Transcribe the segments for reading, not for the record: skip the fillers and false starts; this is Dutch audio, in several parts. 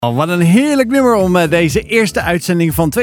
Oh, wat een heerlijk nummer om deze eerste uitzending van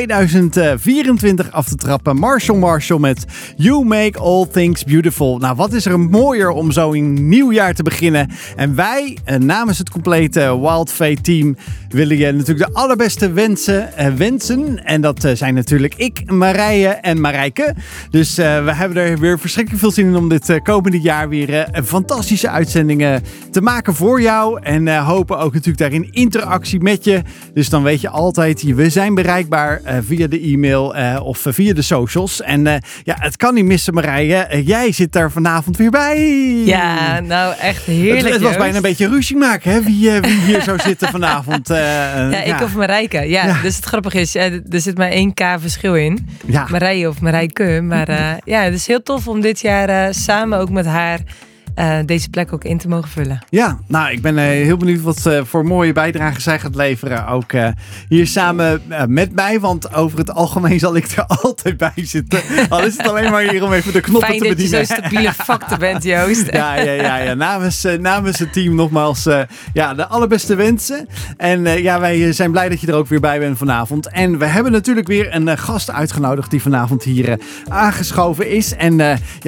2024 af te trappen. Marshall met You Make All Things Beautiful. Nou, wat is er mooier om zo een nieuw jaar te beginnen. En wij, namens het complete Wild Fate team, willen je natuurlijk de allerbeste wensen. En dat zijn natuurlijk ik, Marije en Marijke. Dus we hebben er weer verschrikkelijk veel zin in om dit komende jaar weer fantastische uitzendingen te maken voor jou. En hopen ook natuurlijk daarin interactie met je. Dus dan weet je altijd, we zijn bereikbaar via de e-mail of via de socials. En het kan niet missen, Marije. Jij zit daar vanavond weer bij. Ja, nou echt heerlijk. Het was bijna een beetje ruzie maken, hè? Wie hier zou zitten vanavond. Ik of Marijke. Ja, dus het grappige is, er zit maar 1K verschil in. Ja. Marije of Marijke. Maar het is heel tof om dit jaar samen ook met haar deze plek ook in te mogen vullen. Ja, nou, ik ben heel benieuwd wat voor mooie bijdragen zij gaat leveren. Ook hier samen met mij, want over het algemeen zal ik er altijd bij zitten. Al is het alleen maar hier om even de knoppen te bedienen. Fijn dat je zo'n stabiele factor bent, Joost. Ja. Namens het team nogmaals de allerbeste wensen. En wij zijn blij dat je er ook weer bij bent vanavond. En we hebben natuurlijk weer een gast uitgenodigd die vanavond hier aangeschoven is. En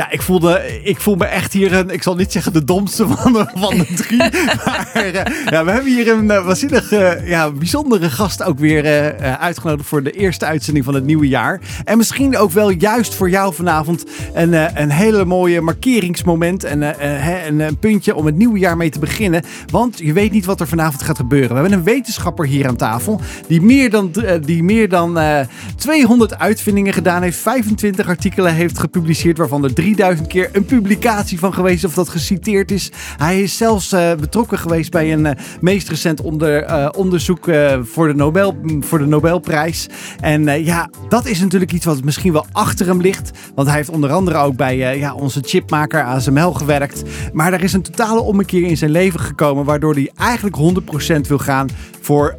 ik voel me echt hier ik zal niet zeggen de domste van de drie. Maar we hebben hier een waanzinnig bijzondere gast ook weer uitgenodigd voor de eerste uitzending van het nieuwe jaar. En misschien ook wel juist voor jou vanavond een hele mooie markeringsmoment en een puntje om het nieuwe jaar mee te beginnen. Want je weet niet wat er vanavond gaat gebeuren. We hebben een wetenschapper hier aan tafel die meer dan 200 uitvindingen gedaan heeft, 25 artikelen heeft gepubliceerd, waarvan er 3000 keer een publicatie van geweest of dat geciteerd is. Hij is zelfs betrokken geweest bij een meest recent onderzoek voor de Nobelprijs. En dat is natuurlijk iets wat misschien wel achter hem ligt. Want hij heeft onder andere ook bij onze chipmaker ASML gewerkt. Maar er is een totale ommekeer in zijn leven gekomen, waardoor hij eigenlijk 100% wil gaan voor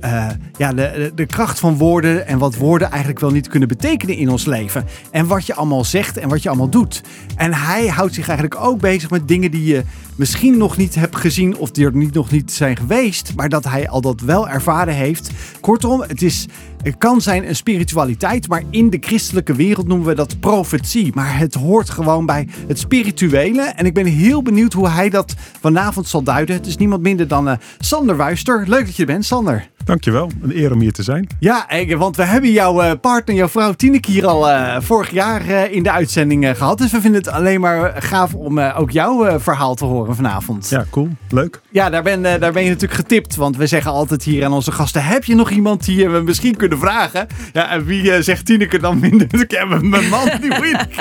de kracht van woorden en wat woorden eigenlijk wel niet kunnen betekenen in ons leven. En wat je allemaal zegt en wat je allemaal doet. En hij houdt zich eigenlijk ook bezig met dingen die je misschien nog niet hebt gezien of die er nog niet zijn geweest, maar dat hij al dat wel ervaren heeft. Kortom, het kan zijn een spiritualiteit, maar in de christelijke wereld noemen we dat profetie. Maar het hoort gewoon bij het spirituele. En ik ben heel benieuwd hoe hij dat vanavond zal duiden. Het is niemand minder dan Sander Wuister. Leuk dat je er bent, Sander. Dankjewel, een eer om hier te zijn. Ja, want we hebben jouw partner, jouw vrouw Tineke hier al vorig jaar in de uitzending gehad. Dus we vinden het alleen maar gaaf om ook jouw verhaal te horen vanavond. Ja, cool. Leuk. Ja, daar ben je natuurlijk getipt. Want we zeggen altijd hier aan onze gasten, heb je nog iemand die we misschien kunnen vragen? Ja, en wie zegt Tineke dan minder? Ik heb mijn man, die moet je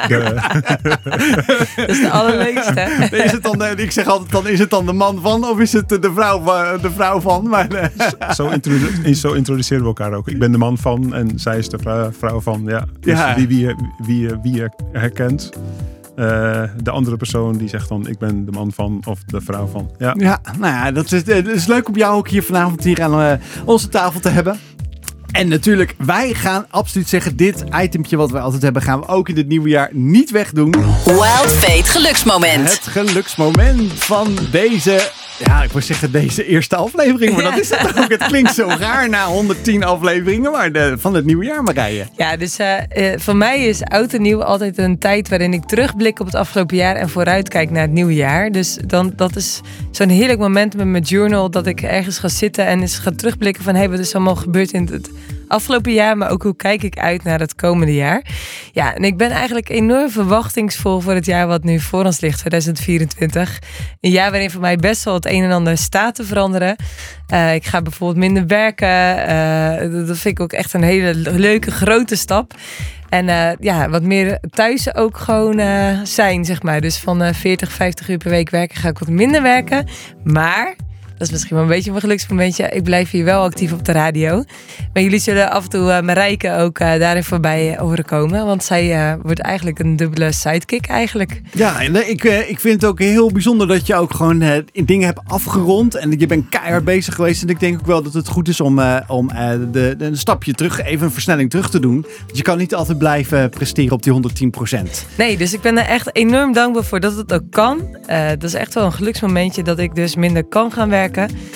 Dat is de allerleukste. Ik zeg altijd, dan is het dan de man van of is het de vrouw van? Maar, Zo introduceren we elkaar ook. Ik ben de man van en zij is de vrouw van. Ja. Dus wie je herkent. De andere persoon die zegt dan ik ben de man van of de vrouw van. Ja, dat is leuk om jou ook hier vanavond hier aan onze tafel te hebben. En natuurlijk, wij gaan absoluut zeggen, dit itempje wat we altijd hebben, gaan we ook in het nieuwe jaar niet wegdoen. Wild Fate geluksmoment. Het geluksmoment van deze, ik wou zeggen deze eerste aflevering, maar dat is het ook. Het klinkt zo raar na 110 afleveringen, maar van het nieuwe jaar, Marije. Ja, dus voor mij is oud en nieuw altijd een tijd waarin ik terugblik op het afgelopen jaar en vooruitkijk naar het nieuwe jaar. Dus dat is zo'n heerlijk moment met mijn journal, dat ik ergens ga zitten en eens ga terugblikken van wat is allemaal gebeurd in het afgelopen jaar, maar ook hoe kijk ik uit naar het komende jaar. Ja, en ik ben eigenlijk enorm verwachtingsvol voor het jaar wat nu voor ons ligt, 2024. Een jaar waarin voor mij best wel het een en ander staat te veranderen. Ik ga bijvoorbeeld minder werken. Dat vind ik ook echt een hele leuke, grote stap. En wat meer thuis ook gewoon zijn, zeg maar. Dus van 40, 50 uur per week werken ga ik wat minder werken. Maar dat is misschien wel een beetje mijn geluksmomentje. Ik blijf hier wel actief op de radio. Maar jullie zullen af en toe Marijke ook daarin voorbij horen komen. Want zij wordt eigenlijk een dubbele sidekick eigenlijk. Ja, en ik vind het ook heel bijzonder dat je ook gewoon dingen hebt afgerond. En je bent keihard bezig geweest. En ik denk ook wel dat het goed is om een stapje terug, even een versnelling terug te doen. Want je kan niet altijd blijven presteren op die 110%. Nee, dus ik ben er echt enorm dankbaar voor dat het ook kan. Dat is echt wel een geluksmomentje dat ik dus minder kan gaan werken.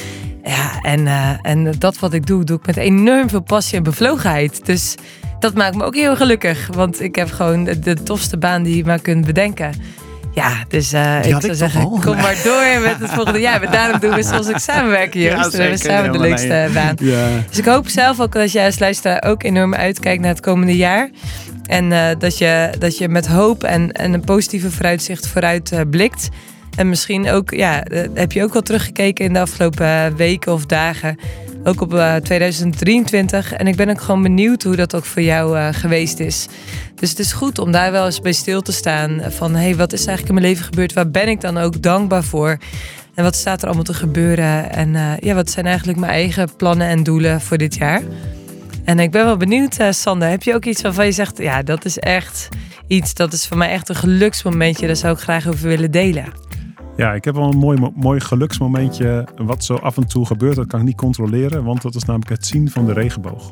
Ja, en dat wat ik doe ik met enorm veel passie en bevlogenheid. Dus dat maakt me ook heel gelukkig. Want ik heb gewoon de tofste baan die je maar kunt bedenken. Ja, dus ik zou zeggen, kom maar door met het volgende jaar. Maar daarom doen we zoals ik samenwerken, Joost. Ja, we hebben samen de leukste baan. Ja. Dus ik hoop zelf ook dat jij als luisteraar ook enorm uitkijkt naar het komende jaar. En dat je met hoop en een positieve vooruitzicht vooruit blikt. En misschien ook, heb je ook wel teruggekeken in de afgelopen weken of dagen. Ook op 2023. En ik ben ook gewoon benieuwd hoe dat ook voor jou geweest is. Dus het is goed om daar wel eens bij stil te staan. Van, wat is eigenlijk in mijn leven gebeurd? Waar ben ik dan ook dankbaar voor? En wat staat er allemaal te gebeuren? En wat zijn eigenlijk mijn eigen plannen en doelen voor dit jaar? En ik ben wel benieuwd, Sander. Heb je ook iets waarvan je zegt... ja, dat is echt iets, dat is voor mij echt een geluksmomentje. Daar zou ik graag over willen delen. Ja, ik heb wel een mooi geluksmomentje. Wat zo af en toe gebeurt, dat kan ik niet controleren. Want dat is namelijk het zien van de regenboog.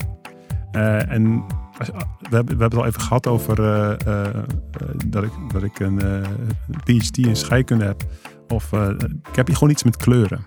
En we hebben het al even gehad over dat ik een PhD in scheikunde heb. Ik heb hier gewoon iets met kleuren.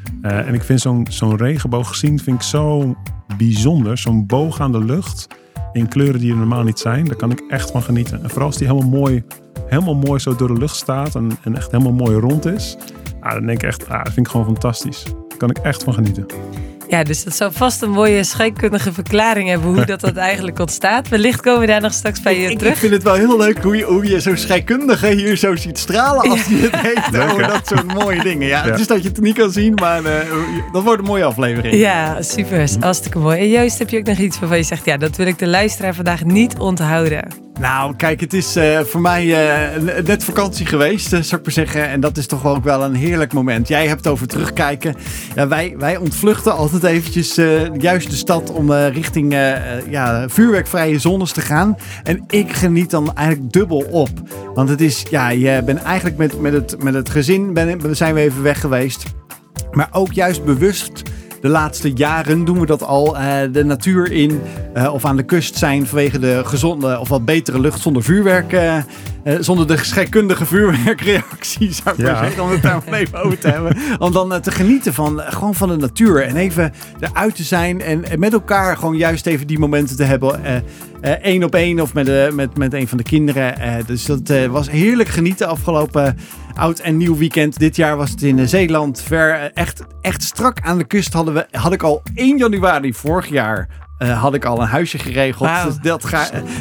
En ik vind zo'n regenboog zien vind ik zo bijzonder. Zo'n boog aan de lucht in kleuren die er normaal niet zijn. Daar kan ik echt van genieten. En vooral als die helemaal mooi zo door de lucht staat en echt helemaal mooi rond is. Dan denk ik echt, dat vind ik gewoon fantastisch. Daar kan ik echt van genieten. Ja, dus dat zou vast een mooie scheikundige verklaring hebben hoe dat eigenlijk ontstaat. Wellicht komen we daar nog straks bij je terug. Ik vind het wel heel leuk hoe je zo'n scheikundige hier zo ziet stralen als hij het heeft over dat soort mooie dingen. Ja, het is dat je het niet kan zien, maar dat wordt een mooie aflevering. Ja, super. Hartstikke mooi. En Joost, heb je ook nog iets waarvan je zegt, ja, dat wil ik de luisteraar vandaag niet onthouden? Nou, kijk, het is voor mij net vakantie geweest, zou ik maar zeggen. En dat is toch ook wel een heerlijk moment. Jij hebt het over terugkijken. Ja, wij ontvluchten altijd eventjes juist de stad om richting vuurwerkvrije zones te gaan. En ik geniet dan eigenlijk dubbel op. Want het is, je bent eigenlijk met het gezin zijn we even weg geweest. Maar ook juist bewust... De laatste jaren doen we dat al. De natuur in of aan de kust zijn vanwege de gezonde of wat betere lucht zonder vuurwerk. Zonder de scheikundige vuurwerkreactie zou ik maar zeggen. Om het daar maar even over te hebben. Om dan te genieten gewoon van de natuur. En even eruit te zijn. En met elkaar gewoon juist even die momenten te hebben. 1 op 1 of met een van de kinderen. Dus dat was heerlijk genieten afgelopen oud en nieuw weekend. Dit jaar was het in Zeeland. Echt strak aan de kust had ik al 1 januari vorig jaar... had ik al een huisje geregeld. Wow. Dus dat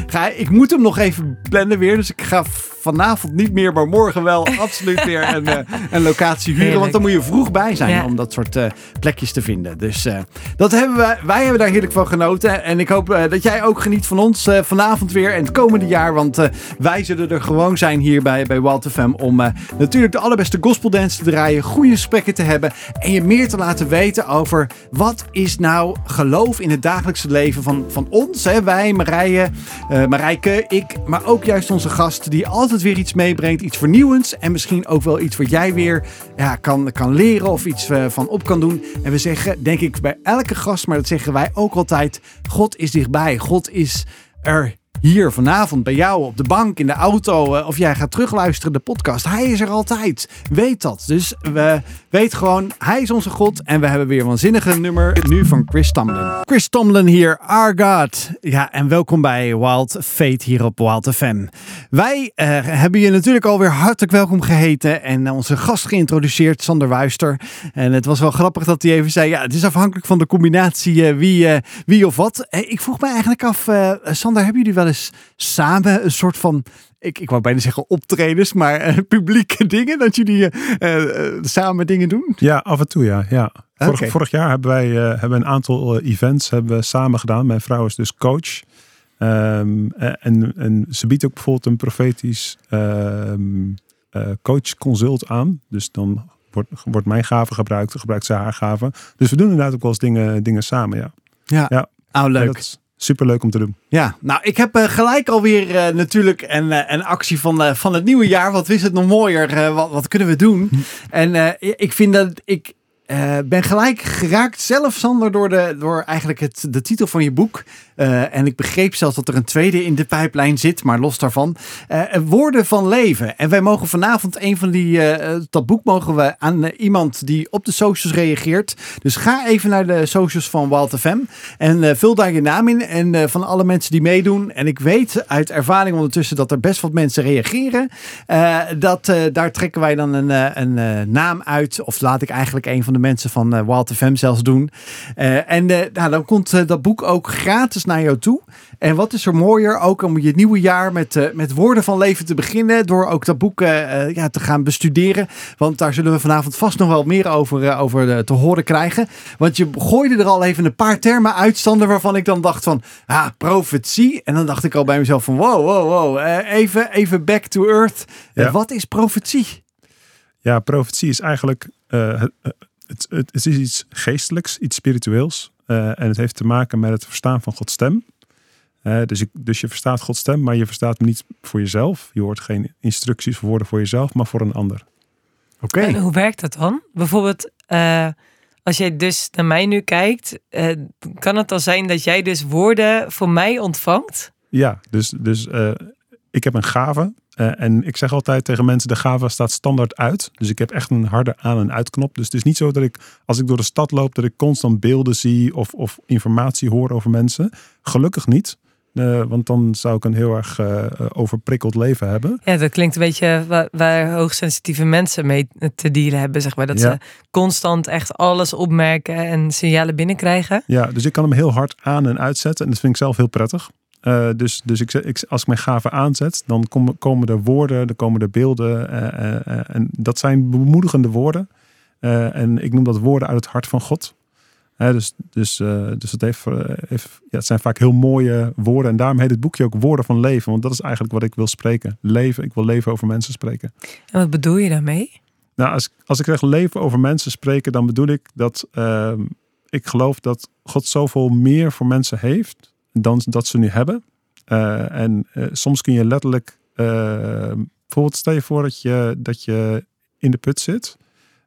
ik moet hem nog even plannen weer. Dus ik ga vanavond niet meer, maar morgen wel absoluut weer een locatie huren. Heerlijk. Want dan moet je vroeg bij zijn om dat soort plekjes te vinden. Dus dat hebben wij hebben daar heerlijk van genoten. En ik hoop dat jij ook geniet van ons vanavond weer en het komende jaar. Want wij zullen er gewoon zijn hier bij Wild FM om natuurlijk de allerbeste gospel-dance te draaien. Goede gesprekken te hebben. En je meer te laten weten over wat is nou geloof in het dagelijkse leven van ons. Hè? Wij, Marijke, ik, maar ook juist onze gast die altijd weer iets meebrengt. Iets vernieuwends en misschien ook wel iets wat jij weer kan leren of iets van op kan doen. En we zeggen, denk ik, bij elke gast, maar dat zeggen wij ook altijd, God is dichtbij. God is er hier vanavond bij jou op de bank, in de auto, of jij gaat terugluisteren de podcast. Hij is er altijd. Weet dat. Dus we weten gewoon, hij is onze God. En we hebben weer een waanzinnige nummer nu van Chris Tomlin. Chris Tomlin hier, Our God. Ja, en welkom bij Wild Fate hier op Wild FM. Wij hebben je natuurlijk alweer hartelijk welkom geheten en onze gast geïntroduceerd, Sander Wuister. En het was wel grappig dat hij even zei, het is afhankelijk van de combinatie wie of wat. Ik vroeg me eigenlijk af, Sander, hebben jullie wel eens samen een soort van, ik wou bijna zeggen optredens, maar publieke dingen, dat jullie samen dingen doen? Ja, af en toe, ja. Vorig jaar hebben wij een aantal events hebben we samen gedaan. Mijn vrouw is dus coach. En ze biedt ook bijvoorbeeld een profetisch coach consult aan. Dus dan wordt mijn gave gebruikt zij haar gave. Dus we doen inderdaad ook wel eens dingen samen, ja. Leuk. Dat is superleuk om te doen. Ja, nou ik heb gelijk alweer natuurlijk een actie van het nieuwe jaar. Wat is het nog mooier? Wat kunnen we doen? En ik vind dat ben gelijk geraakt zelf, Sander, door eigenlijk de titel van je boek. En ik begreep zelfs dat er een tweede in de pijplijn zit, maar los daarvan. Woorden van leven. En wij mogen vanavond dat boek mogen we aan iemand die op de socials reageert. Dus ga even naar de socials van Wild FM en vul daar je naam in. En van alle mensen die meedoen. En ik weet uit ervaring ondertussen dat er best wat mensen reageren. Daar trekken wij dan een naam uit. Of laat ik eigenlijk een van de mensen van Wild FM zelfs doen. Dan komt dat boek ook gratis naar jou toe. En wat is er mooier ook om je nieuwe jaar met woorden van leven te beginnen. Door ook dat boek te gaan bestuderen. Want daar zullen we vanavond vast nog wel meer over te horen krijgen. Want je gooide er al even een paar termen uit, Sander, waarvan ik dan dacht van profetie. En dan dacht ik al bij mezelf van wow. Even back to earth. Ja. Wat is profetie? Ja, profetie is eigenlijk het is iets geestelijks, iets spiritueels. En het heeft te maken met het verstaan van Gods stem. Dus je verstaat Gods stem, maar je verstaat hem niet voor jezelf. Je hoort geen instructies of woorden voor jezelf, maar voor een ander. Oké. En hoe werkt dat dan? Bijvoorbeeld, als jij dus naar mij nu kijkt, kan het dan zijn dat jij dus woorden voor mij ontvangt? Ja, dus ik heb een gave. En ik zeg altijd tegen mensen, de gave staat standaard uit. Dus ik heb echt een harde aan- en uitknop. Dus het is niet zo dat als ik door de stad loop, dat ik constant beelden zie of informatie hoor over mensen. Gelukkig niet. Want dan zou ik een heel erg overprikkeld leven hebben. Ja, dat klinkt een beetje waar hoogsensitieve mensen mee te dealen hebben, zeg maar. Dat ze constant echt alles opmerken en signalen binnenkrijgen. Ja, dus ik kan hem heel hard aan- en uitzetten. En dat vind ik zelf heel prettig. Dus als ik mijn gave aanzet, dan komen er woorden, dan komen er beelden. En dat zijn bemoedigende woorden. En ik noem dat woorden uit het hart van God. Dus het zijn vaak heel mooie woorden. En daarom heet het boekje ook Woorden van Leven. Want dat is eigenlijk wat ik wil spreken. Ik wil leven over mensen spreken. En wat bedoel je daarmee? Nou, als ik zeg leven over mensen spreken, dan bedoel ik dat ik geloof dat God zoveel meer voor mensen heeft dan dat ze nu hebben. Soms kun je letterlijk bijvoorbeeld stel je voor dat je in de put zit.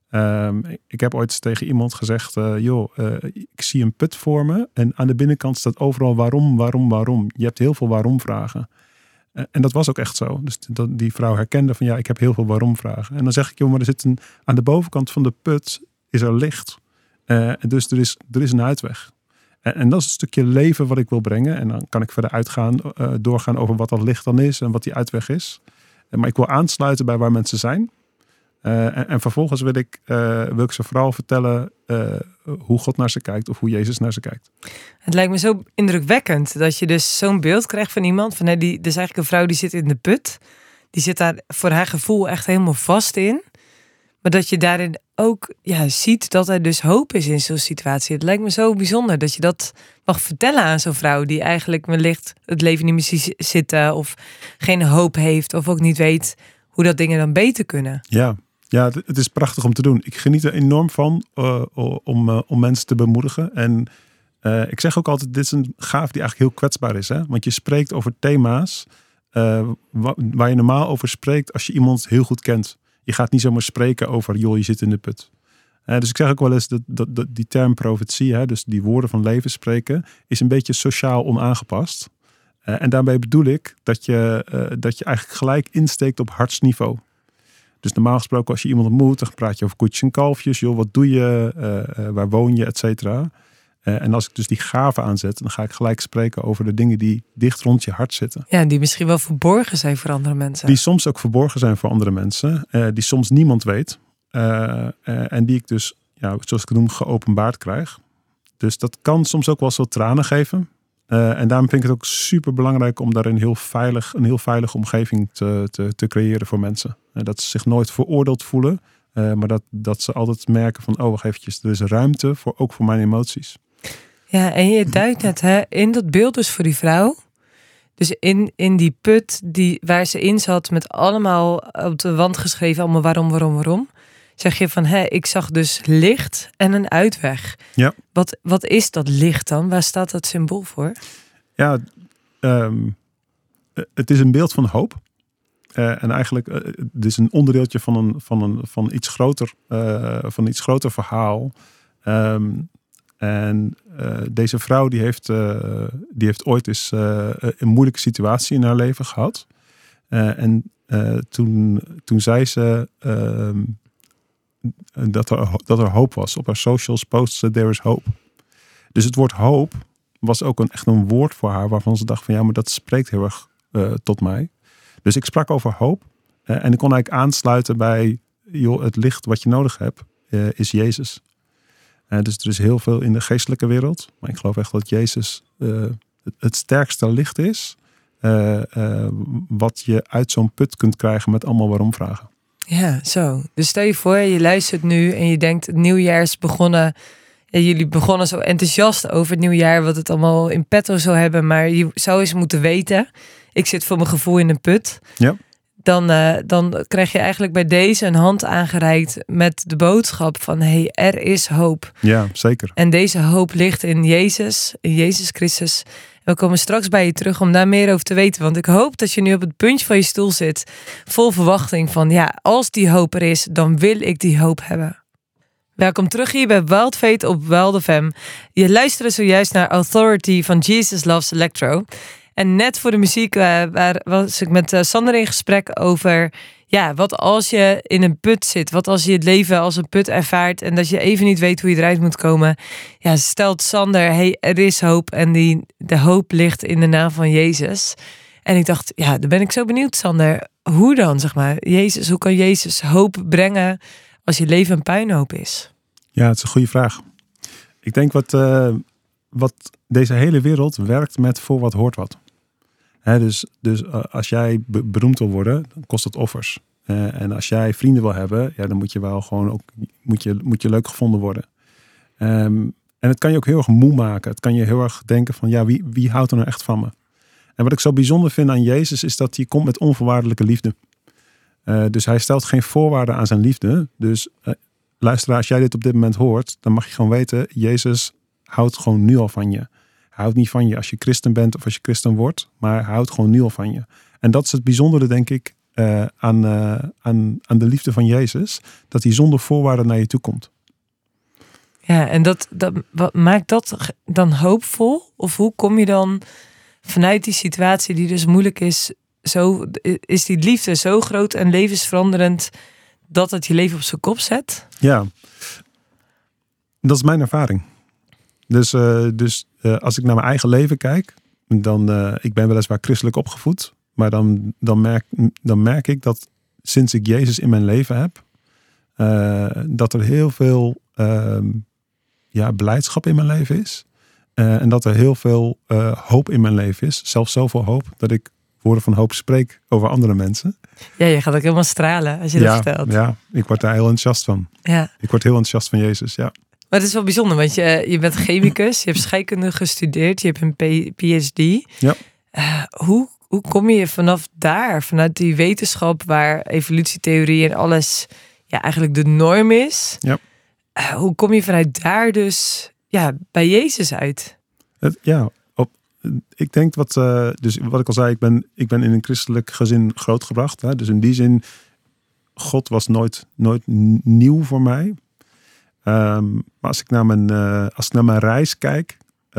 Ik heb ooit tegen iemand gezegd, ik zie een put voor me en aan de binnenkant staat overal waarom. Je hebt heel veel waarom vragen. En dat was ook echt zo. Dus die vrouw herkende van ik heb heel veel waarom vragen. En dan zeg ik, maar er zit aan de bovenkant van de put is er licht. Dus er is een uitweg. En dat is een stukje leven wat ik wil brengen. En dan kan ik verder doorgaan over wat dat licht dan is en wat die uitweg is. Maar ik wil aansluiten bij waar mensen zijn. En vervolgens wil ik ze vooral vertellen hoe God naar ze kijkt of hoe Jezus naar ze kijkt. Het lijkt me zo indrukwekkend dat je dus zo'n beeld krijgt van iemand. Dus eigenlijk een vrouw die zit in de put. Die zit daar voor haar gevoel echt helemaal vast in. Maar dat je daarin ook ziet dat er dus hoop is in zo'n situatie. Het lijkt me zo bijzonder dat je dat mag vertellen aan zo'n vrouw die eigenlijk wellicht het leven niet meer ziet zitten of geen hoop heeft of ook niet weet hoe dat dingen dan beter kunnen. Ja, het is prachtig om te doen. Ik geniet er enorm van om mensen te bemoedigen. En ik zeg ook altijd, dit is een gave die eigenlijk heel kwetsbaar is. Hè? Want je spreekt over thema's waar je normaal over spreekt als je iemand heel goed kent. Je gaat niet zomaar spreken over, je zit in de put. Dus ik zeg ook wel eens dat die term profetie, dus die woorden van leven spreken, is een beetje sociaal onaangepast. En daarbij bedoel ik dat je eigenlijk gelijk insteekt op hartsniveau. Dus normaal gesproken als je iemand ontmoet, dan praat je over koetjes en kalfjes. Wat doe je? Waar woon je? Et cetera. En als ik dus die gave aanzet, dan ga ik gelijk spreken over de dingen die dicht rond je hart zitten. Ja, die misschien wel verborgen zijn voor andere mensen. Die soms ook verborgen zijn voor andere mensen. Die soms niemand weet. En die ik dus, zoals ik het noem, geopenbaard krijg. Dus dat kan soms ook wel zo tranen geven. En daarom vind ik het ook super belangrijk om daar een heel veilige omgeving te creëren voor mensen. Dat ze zich nooit veroordeeld voelen. Maar dat ze altijd merken van, wacht eventjes, er is ruimte ook voor mijn emoties. Ja, en je duidt net in dat beeld dus voor die vrouw. Dus in die put waar ze in zat met allemaal op de wand geschreven, allemaal waarom. Zeg je van, ik zag dus licht en een uitweg. Ja. Wat is dat licht dan? Waar staat dat symbool voor? Ja, het is een beeld van hoop. En eigenlijk, het is een onderdeeltje van iets groter verhaal. Deze vrouw die heeft ooit eens een moeilijke situatie in haar leven gehad. Toen zei ze dat er hoop was. Op haar socials postte ze there is hope. Dus het woord hoop was ook echt een woord voor haar waarvan ze dacht van ja, maar dat spreekt heel erg tot mij. Dus ik sprak over hoop. En ik kon eigenlijk aansluiten bij het licht wat je nodig hebt is Jezus. Dus er is heel veel in de geestelijke wereld. Maar ik geloof echt dat Jezus het sterkste licht is. Wat je uit zo'n put kunt krijgen met allemaal waarom-vragen. Ja, zo. Dus stel je voor, je luistert nu en je denkt het nieuwjaar is begonnen. En jullie begonnen zo enthousiast over het nieuwjaar, wat het allemaal in petto zou hebben. Maar je zou eens moeten weten, ik zit voor mijn gevoel in een put. Ja. Dan krijg je eigenlijk bij deze een hand aangereikt met de boodschap van hey, er is hoop. Ja, zeker. En deze hoop ligt in Jezus Christus. En we komen straks bij je terug om daar meer over te weten. Want ik hoop dat je nu op het puntje van je stoel zit, vol verwachting van ja, als die hoop er is, dan wil ik die hoop hebben. Welkom terug hier bij Wild Faith op Wild FM. Je luisterde zojuist naar Authority van Jesus Loves Electro. En net voor de muziek was ik met Sander in gesprek over ja, wat als je in een put zit? Wat als je het leven als een put ervaart en dat je even niet weet hoe je eruit moet komen? Ja, stelt Sander, hey, er is hoop en de hoop ligt in de naam van Jezus. En ik dacht, ja, dan ben ik zo benieuwd, Sander. Hoe dan, zeg maar? Hoe kan Jezus hoop brengen als je leven een puinhoop is? Ja, het is een goede vraag. Ik denk wat deze hele wereld werkt met voor wat hoort wat. Dus als jij beroemd wil worden, dan kost het offers. En als jij vrienden wil hebben, ja, dan moet je wel gewoon ook moet je leuk gevonden worden. En het kan je ook heel erg moe maken. Het kan je heel erg denken van ja, wie houdt er nou echt van me? En wat ik zo bijzonder vind aan Jezus is dat hij komt met onvoorwaardelijke liefde. Dus hij stelt geen voorwaarden aan zijn liefde. Dus luisteraar, als jij dit op dit moment hoort, dan mag je gewoon weten, Jezus houdt gewoon nu al van je. Hij houdt niet van je als je christen bent of als je christen wordt, maar hij houdt gewoon nu al van je. En dat is het bijzondere, denk ik, aan de liefde van Jezus, dat hij zonder voorwaarden naar je toe komt. Ja, en wat maakt dat dan hoopvol? Of hoe kom je dan vanuit die situatie die dus moeilijk is, is die liefde zo groot en levensveranderend dat het je leven op zijn kop zet? Ja, dat is mijn ervaring. Dus als ik naar mijn eigen leven kijk, dan ik ben weliswaar christelijk opgevoed, maar dan merk ik dat sinds ik Jezus in mijn leven heb, dat er heel veel blijdschap in mijn leven is. En dat er heel veel hoop in mijn leven is. Zelfs zoveel hoop dat ik woorden van hoop spreek over andere mensen. Ja, je gaat ook helemaal stralen als je dat vertelt. Ja, ik word daar heel enthousiast van. Ja. Ik word heel enthousiast van Jezus, ja. Maar het is wel bijzonder, want je bent chemicus, je hebt scheikunde gestudeerd, je hebt een PhD. Ja. Hoe kom je vanaf daar, vanuit die wetenschap waar evolutietheorie en alles eigenlijk de norm is? Ja. Hoe kom je vanuit daar dus bij Jezus uit? Ik denk dus wat ik al zei, ik ben in een christelijk gezin grootgebracht. Hè? Dus in die zin, God was nooit nieuw voor mij. Maar als ik naar mijn reis kijk,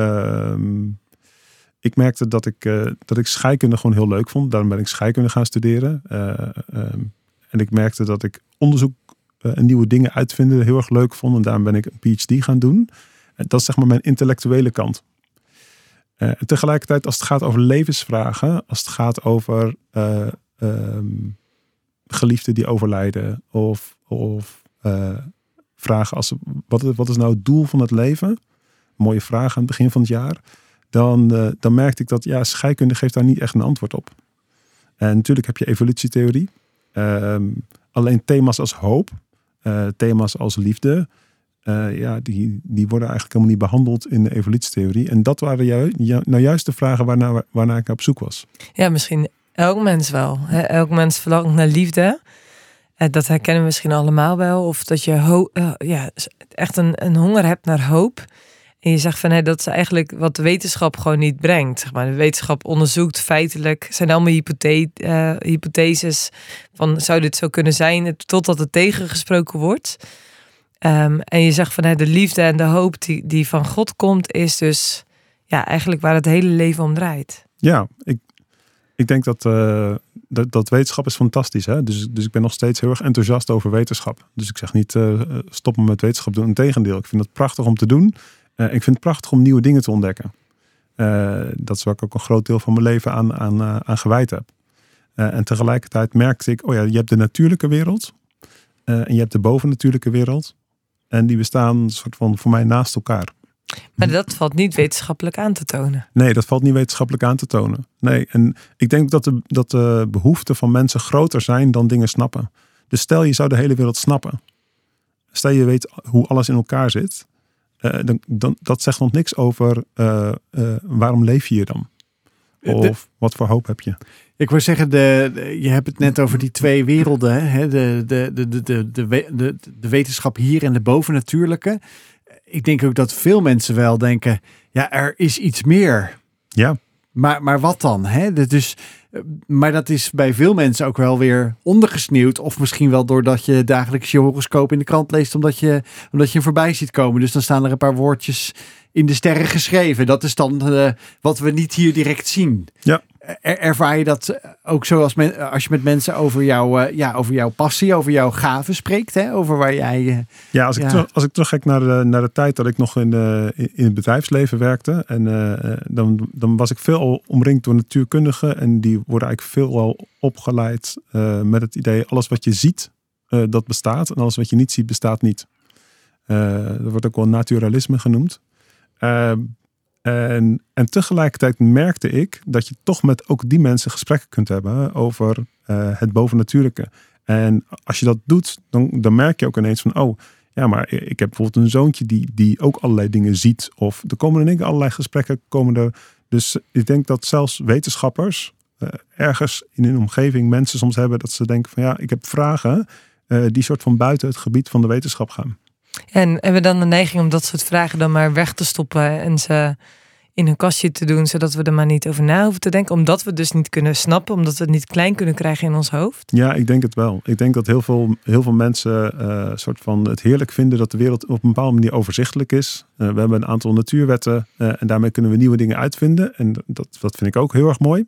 ik merkte dat ik scheikunde gewoon heel leuk vond. Daarom ben ik scheikunde gaan studeren. En ik merkte dat ik onderzoek en nieuwe dingen uitvinden heel erg leuk vond. En daarom ben ik een PhD gaan doen. En dat is zeg maar mijn intellectuele kant. En tegelijkertijd als het gaat over levensvragen, als het gaat over geliefden die overlijden of vragen als wat is nou het doel van het leven? Mooie vraag aan het begin van het jaar. Dan merkte ik dat scheikunde geeft daar niet echt een antwoord op. En natuurlijk heb je evolutietheorie. Alleen thema's als hoop, thema's als liefde, die worden eigenlijk helemaal niet behandeld in de evolutietheorie. En dat waren juist de vragen waarnaar ik op zoek was. Ja, misschien elk mens wel. Hè? Elk mens verlangt naar liefde. Dat herkennen we misschien allemaal wel. Of dat je echt een honger hebt naar hoop. En je zegt van dat is eigenlijk wat de wetenschap gewoon niet brengt. Zeg maar. De wetenschap onderzoekt feitelijk, zijn allemaal hypotheses van zou dit zo kunnen zijn, totdat het tegengesproken wordt. En je zegt van de liefde en de hoop die van God komt, is dus eigenlijk waar het hele leven om draait. Ja, ik denk dat wetenschap is fantastisch. Hè? Dus ik ben nog steeds heel erg enthousiast over wetenschap. Dus ik zeg niet stoppen met wetenschap doen. Integendeel, ik vind het prachtig om te doen. Ik vind het prachtig om nieuwe dingen te ontdekken. Dat is waar ik ook een groot deel van mijn leven aan gewijd heb. En tegelijkertijd merkte ik, je hebt de natuurlijke wereld. En je hebt de bovennatuurlijke wereld. En die bestaan soort van voor mij naast elkaar. Maar dat valt niet wetenschappelijk aan te tonen. Nee, dat valt niet wetenschappelijk aan te tonen. Nee, en ik denk dat de behoeften van mensen groter zijn dan dingen snappen. Dus stel je zou de hele wereld snappen. Stel je weet hoe alles in elkaar zit. Dan dat zegt nog niks over waarom leef je hier dan? Of wat voor hoop heb je? Ik wil zeggen, je hebt het net over die twee werelden. Hè? De wetenschap hier en de bovennatuurlijke. Ik denk ook dat veel mensen wel denken, er is iets meer. Ja. Maar wat dan? Hè? Maar dat is bij veel mensen ook wel weer ondergesneeuwd. Of misschien wel doordat je dagelijks je horoscoop in de krant leest. Omdat je hem voorbij ziet komen. Dus dan staan er een paar woordjes in de sterren geschreven. Dat is dan wat we niet hier direct zien. Ja. Ervaar je dat ook zo als je met mensen over jouw passie, over jouw gaven spreekt? Hè? Over waar jij... Als ik terugkijk naar de tijd dat ik nog in het bedrijfsleven werkte. En dan was ik veel omringd door natuurkundigen. En die worden eigenlijk veelal opgeleid met het idee, alles wat je ziet, dat bestaat. En alles wat je niet ziet, bestaat niet. Dat wordt ook wel naturalisme genoemd. En tegelijkertijd merkte ik dat je toch met ook die mensen gesprekken kunt hebben over het bovennatuurlijke. En als je dat doet, dan merk je ook ineens van, maar ik heb bijvoorbeeld een zoontje die ook allerlei dingen ziet. Of er komen in één keer allerlei gesprekken komen er. Dus ik denk dat zelfs wetenschappers ergens in hun omgeving mensen soms hebben dat ze denken van ik heb vragen die soort van buiten het gebied van de wetenschap gaan. En hebben we dan de neiging om dat soort vragen dan maar weg te stoppen en ze in een kastje te doen, zodat we er maar niet over na hoeven te denken, omdat we het dus niet kunnen snappen, omdat we het niet klein kunnen krijgen in ons hoofd? Ja, ik denk het wel. Ik denk dat heel veel mensen soort van het heerlijk vinden dat de wereld op een bepaalde manier overzichtelijk is. We hebben een aantal natuurwetten en daarmee kunnen we nieuwe dingen uitvinden. En dat vind ik ook heel erg mooi.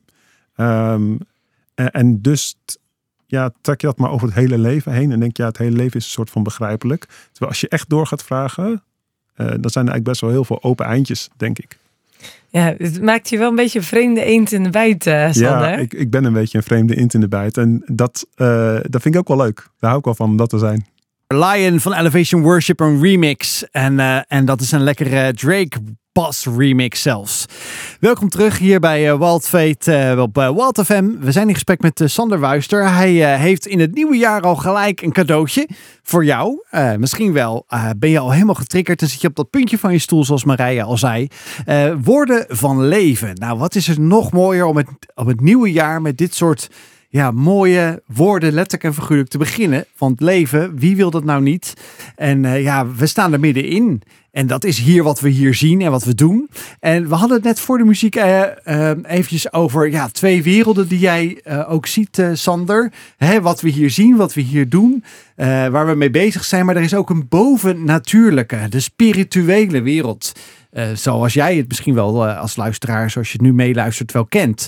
En dus trek je dat maar over het hele leven heen en denk het hele leven is een soort van begrijpelijk. Terwijl als je echt door gaat vragen, dan zijn er eigenlijk best wel heel veel open eindjes, denk ik. Ja, het maakt je wel een beetje een vreemde eend in de bijt, Sander. Ja, ik ben een beetje een vreemde eend in de bijt. En dat vind ik ook wel leuk. Daar hou ik wel van om dat te zijn. Lion van Elevation Worship, een remix. En dat is een lekkere Drake Bass remix zelfs. Welkom terug hier bij Wild Fate op Wild FM. We zijn in gesprek met Sander Wuister. Hij heeft in het nieuwe jaar al gelijk een cadeautje voor jou. Misschien wel ben je al helemaal getriggerd en zit je op dat puntje van je stoel, zoals Marije al zei. Woorden van leven. Nou, wat is er nog mooier om het nieuwe jaar met dit soort mooie woorden, letterlijk en figuurlijk, te beginnen. Van het leven, wie wil dat nou niet? En we staan er middenin. En dat is hier wat we hier zien en wat we doen. En we hadden het net voor de muziek eventjes over twee werelden die jij ook ziet, Sander. Wat we hier zien, wat we hier doen, waar we mee bezig zijn. Maar er is ook een bovennatuurlijke, de spirituele wereld. Zoals jij het misschien wel als luisteraar, zoals je het nu meeluistert, wel kent.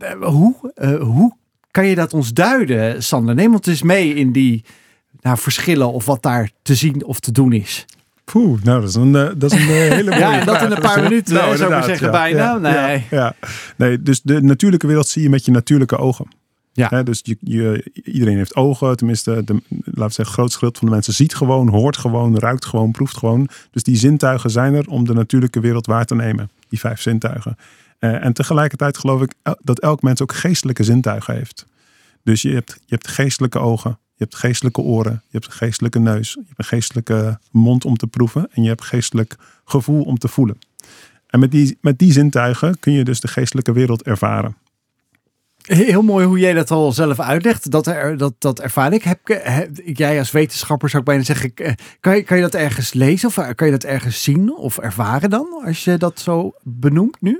Hoe kan je dat ons duiden, Sander? Neem ons eens mee in die verschillen of wat daar te zien of te doen is. Nou, dat is een hele mooie vraag. Dat in een paar minuten, zou ik zeggen, bijna. Nee, dus de natuurlijke wereld zie je met je natuurlijke ogen. Ja. Dus iedereen heeft ogen, tenminste, laten we zeggen, het grootste gedeelte van de mensen ziet gewoon, hoort gewoon, ruikt gewoon, proeft gewoon. Dus die zintuigen zijn er om de natuurlijke wereld waar te nemen. Die 5 zintuigen. En tegelijkertijd geloof ik dat elk mens ook geestelijke zintuigen heeft. Dus je hebt geestelijke ogen, je hebt geestelijke oren, je hebt een geestelijke neus, je hebt een geestelijke mond om te proeven en je hebt geestelijk gevoel om te voelen. En met die zintuigen kun je dus de geestelijke wereld ervaren. Heel mooi hoe jij dat al zelf uitlegt. Dat ervaar ik. Jij als wetenschapper zou ik bijna zeggen, kan je dat ergens lezen of kan je dat ergens zien of ervaren dan? Als je dat zo benoemt nu?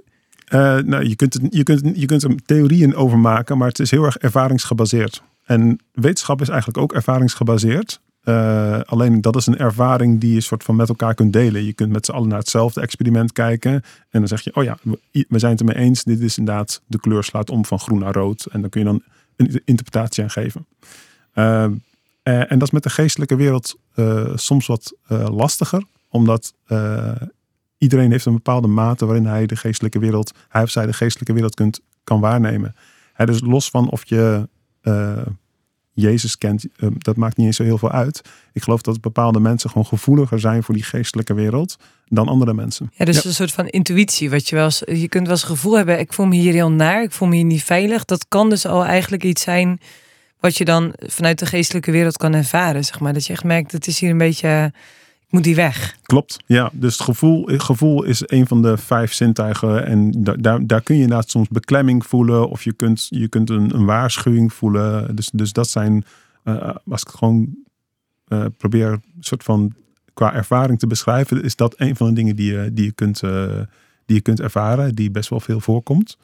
Je kunt er theorieën over maken, maar het is heel erg ervaringsgebaseerd. En wetenschap is eigenlijk ook ervaringsgebaseerd. Alleen dat is een ervaring die je soort van met elkaar kunt delen. Je kunt met z'n allen naar hetzelfde experiment kijken. En dan zeg je, we zijn het ermee eens. Dit is inderdaad, de kleur slaat om van groen naar rood. En dan kun je dan een interpretatie aan geven. En dat is met de geestelijke wereld soms wat lastiger. Omdat iedereen heeft een bepaalde mate waarin hij of zij de geestelijke wereld kan waarnemen. Dus los van of je Jezus kent, dat maakt niet eens zo heel veel uit. Ik geloof dat bepaalde mensen gewoon gevoeliger zijn voor die geestelijke wereld dan andere mensen. Ja, dus een soort van intuïtie. Wat je kunt wel eens het gevoel hebben, ik voel me hier heel naar, ik voel me hier niet veilig. Dat kan dus al eigenlijk iets zijn wat je dan vanuit de geestelijke wereld kan ervaren. Zeg maar. Dat je echt merkt, het is hier een beetje, ik moet die weg. Klopt, ja. Dus het gevoel is een van de 5 zintuigen. En daar kun je inderdaad soms beklemming voelen. Of je kunt een waarschuwing voelen. Dus dat zijn, als ik het gewoon probeer een soort van qua ervaring te beschrijven, is dat een van de dingen die je kunt ervaren. Die best wel veel voorkomt.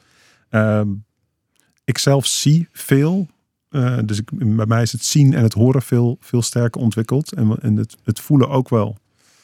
Ik zelf zie veel. Dus bij mij is het zien en het horen veel sterker ontwikkeld. En het voelen ook wel.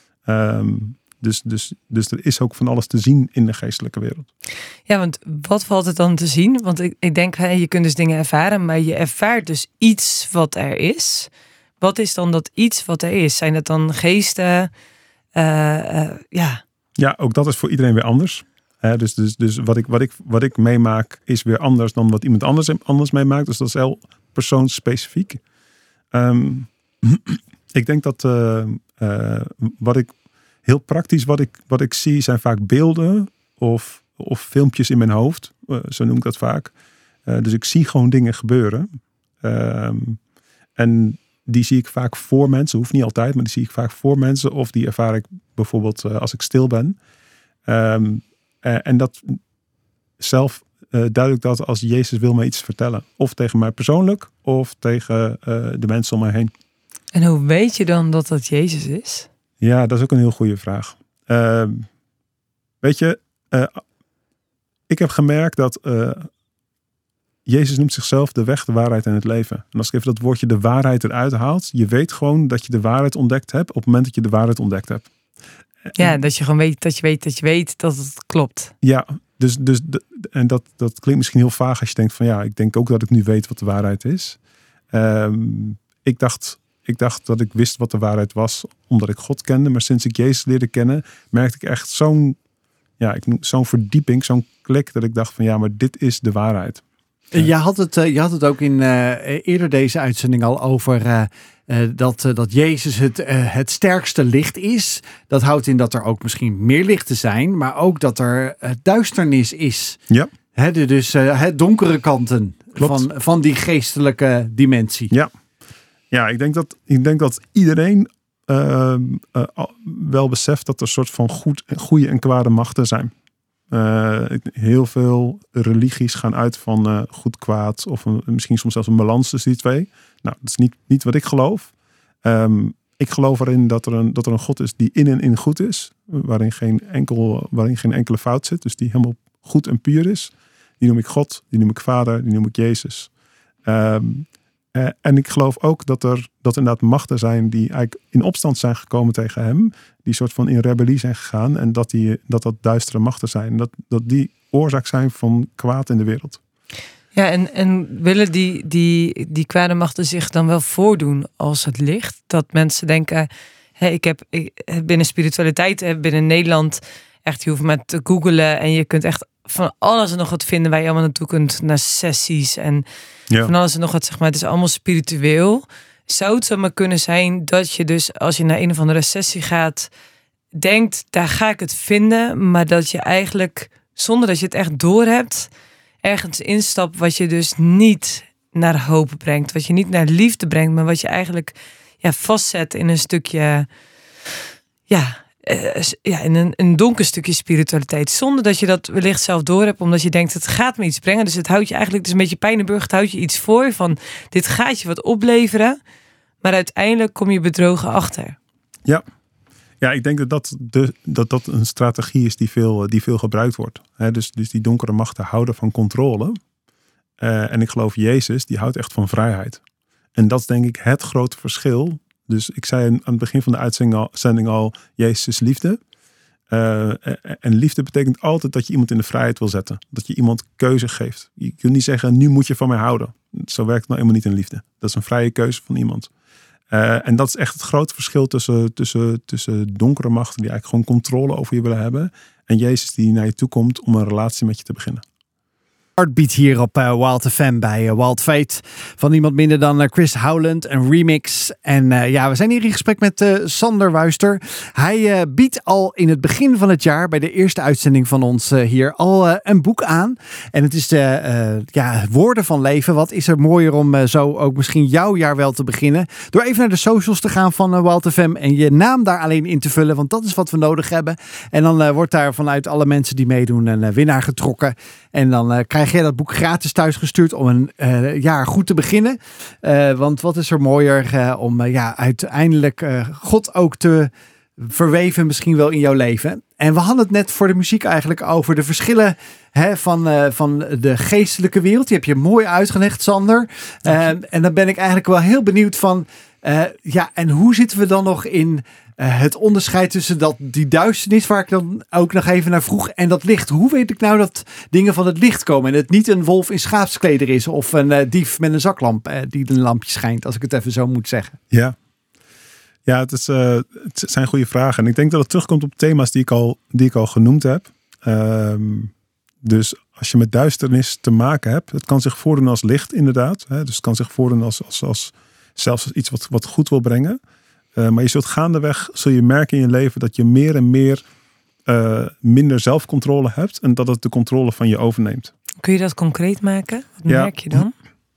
Dus er is ook van alles te zien in de geestelijke wereld. Ja, want wat valt het dan te zien? Want ik denk, je kunt dus dingen ervaren, maar je ervaart dus iets wat er is. Wat is dan dat iets wat er is? Zijn het dan geesten? Ja. Ja, ook dat is voor iedereen weer anders. Dus wat ik meemaak is weer anders dan wat iemand anders meemaakt. Dus dat is heel persoonsspecifiek. Ik denk dat heel praktisch wat ik zie zijn vaak beelden of filmpjes in mijn hoofd. Zo noem ik dat vaak. Dus ik zie gewoon dingen gebeuren. En die zie ik vaak voor mensen. Hoeft niet altijd, maar die zie ik vaak voor mensen. Of die ervaar ik bijvoorbeeld als ik stil ben. En dat zelf duidelijk dat als Jezus wil mij iets vertellen. Of tegen mij persoonlijk, of tegen de mensen om mij heen. En hoe weet je dan dat dat Jezus is? Ja, dat is ook een heel goede vraag. Weet je, ik heb gemerkt dat Jezus noemt zichzelf de weg, de waarheid en het leven. En als ik even dat woordje de waarheid eruit haalt, je weet gewoon dat je de waarheid ontdekt hebt op het moment dat je de waarheid ontdekt hebt. Ja, dat je gewoon weet dat het klopt. Ja, en dat klinkt misschien heel vaag als je denkt van ja, ik denk ook dat ik nu weet wat de waarheid is. Ik dacht dat ik wist wat de waarheid was, omdat ik God kende. Maar sinds ik Jezus leerde kennen, merkte ik echt zo'n verdieping, zo'n klik, dat ik dacht van ja, maar dit is de waarheid. Je had het ook in eerder deze uitzending al over dat Jezus het sterkste licht is. Dat houdt in dat er ook misschien meer lichten zijn, maar ook dat er duisternis is. Ja. Dus donkere kanten van die geestelijke dimensie. Ja, ik denk dat iedereen wel beseft dat er een soort van goede en kwade machten zijn. Heel veel religies gaan uit van goed, kwaad of misschien soms zelfs een balans tussen die twee. Nou, dat is niet wat ik geloof. Ik geloof erin dat er een God is die in en in goed is, waarin geen enkele fout zit, dus die helemaal goed en puur is. Die noem ik God, die noem ik Vader, die noem ik Jezus. En ik geloof ook dat er inderdaad machten zijn die eigenlijk in opstand zijn gekomen tegen hem. Die soort van in rebellie zijn gegaan. En dat duistere machten zijn. Dat die oorzaak zijn van kwaad in de wereld. Ja, en willen die kwade machten zich dan wel voordoen als het licht? Dat mensen denken, binnen spiritualiteit, binnen Nederland, echt, je hoeft maar te googlen en je kunt echt van alles en nog wat vinden waar je allemaal naartoe kunt, naar sessies en van alles en nog wat, zeg maar. Het is allemaal spiritueel. Zou het zo maar kunnen zijn dat je dus, als je naar een of andere sessie gaat, denkt, daar ga ik het vinden, maar dat je eigenlijk, zonder dat je het echt doorhebt, ergens instapt wat je dus niet naar hoop brengt, wat je niet naar liefde brengt, maar wat je eigenlijk vastzet in een stukje in een donker stukje spiritualiteit. Zonder dat je dat wellicht zelf door hebt. Omdat je denkt, het gaat me iets brengen. Dus het houdt je eigenlijk, het is een beetje Pijnenburg. Het houdt je iets voor van, dit gaat je wat opleveren. Maar uiteindelijk kom je bedrogen achter. Ja, ik denk dat een strategie is die veel gebruikt wordt. Dus die donkere machten houden van controle. En ik geloof Jezus, die houdt echt van vrijheid. En dat is denk ik het grote verschil. Dus ik zei aan het begin van de uitzending al, Jezus is liefde. En liefde betekent altijd dat je iemand in de vrijheid wil zetten. Dat je iemand keuze geeft. Je kunt niet zeggen, nu moet je van mij houden. Zo werkt het nou helemaal niet in liefde. Dat is een vrije keuze van iemand. En dat is echt het grote verschil tussen donkere machten die eigenlijk gewoon controle over je willen hebben. En Jezus die naar je toe komt om een relatie met je te beginnen. Heartbeat hier op Wild FM bij Wild Fate. Van niemand minder dan Chris Howland, een remix. En we zijn hier in gesprek met Sander Wuister. Hij biedt al in het begin van het jaar, bij de eerste uitzending van ons hier, al een boek aan. En het is de Woorden van Leven. Wat is er mooier om zo ook misschien jouw jaar wel te beginnen. Door even naar de socials te gaan van Wild FM en je naam daar alleen in te vullen. Want dat is wat we nodig hebben. En dan wordt daar vanuit alle mensen die meedoen een winnaar getrokken. En dan krijg je dat boek gratis thuisgestuurd om een jaar goed te beginnen. Want wat is er mooier om uiteindelijk God ook te verweven misschien wel in jouw leven. En we hadden het net voor de muziek eigenlijk over de verschillen van de geestelijke wereld. Die heb je mooi uitgelegd, Sander. En dan ben ik eigenlijk wel heel benieuwd van... en hoe zitten we dan nog in... het onderscheid tussen die duisternis, waar ik dan ook nog even naar vroeg, en dat licht. Hoe weet ik nou dat dingen van het licht komen en het niet een wolf in schaapskleder is of een dief met een zaklamp die een lampje schijnt, als ik het even zo moet zeggen? Ja, het zijn goede vragen. En ik denk dat het terugkomt op thema's die ik al genoemd heb. Dus als je met duisternis te maken hebt, het kan zich voordoen als licht inderdaad. Dus het kan zich voordoen als zelfs als iets wat goed wil brengen. Maar je zult gaandeweg merken in je leven dat je meer en meer minder zelfcontrole hebt. En dat het de controle van je overneemt. Kun je dat concreet maken? Wat merk je dan?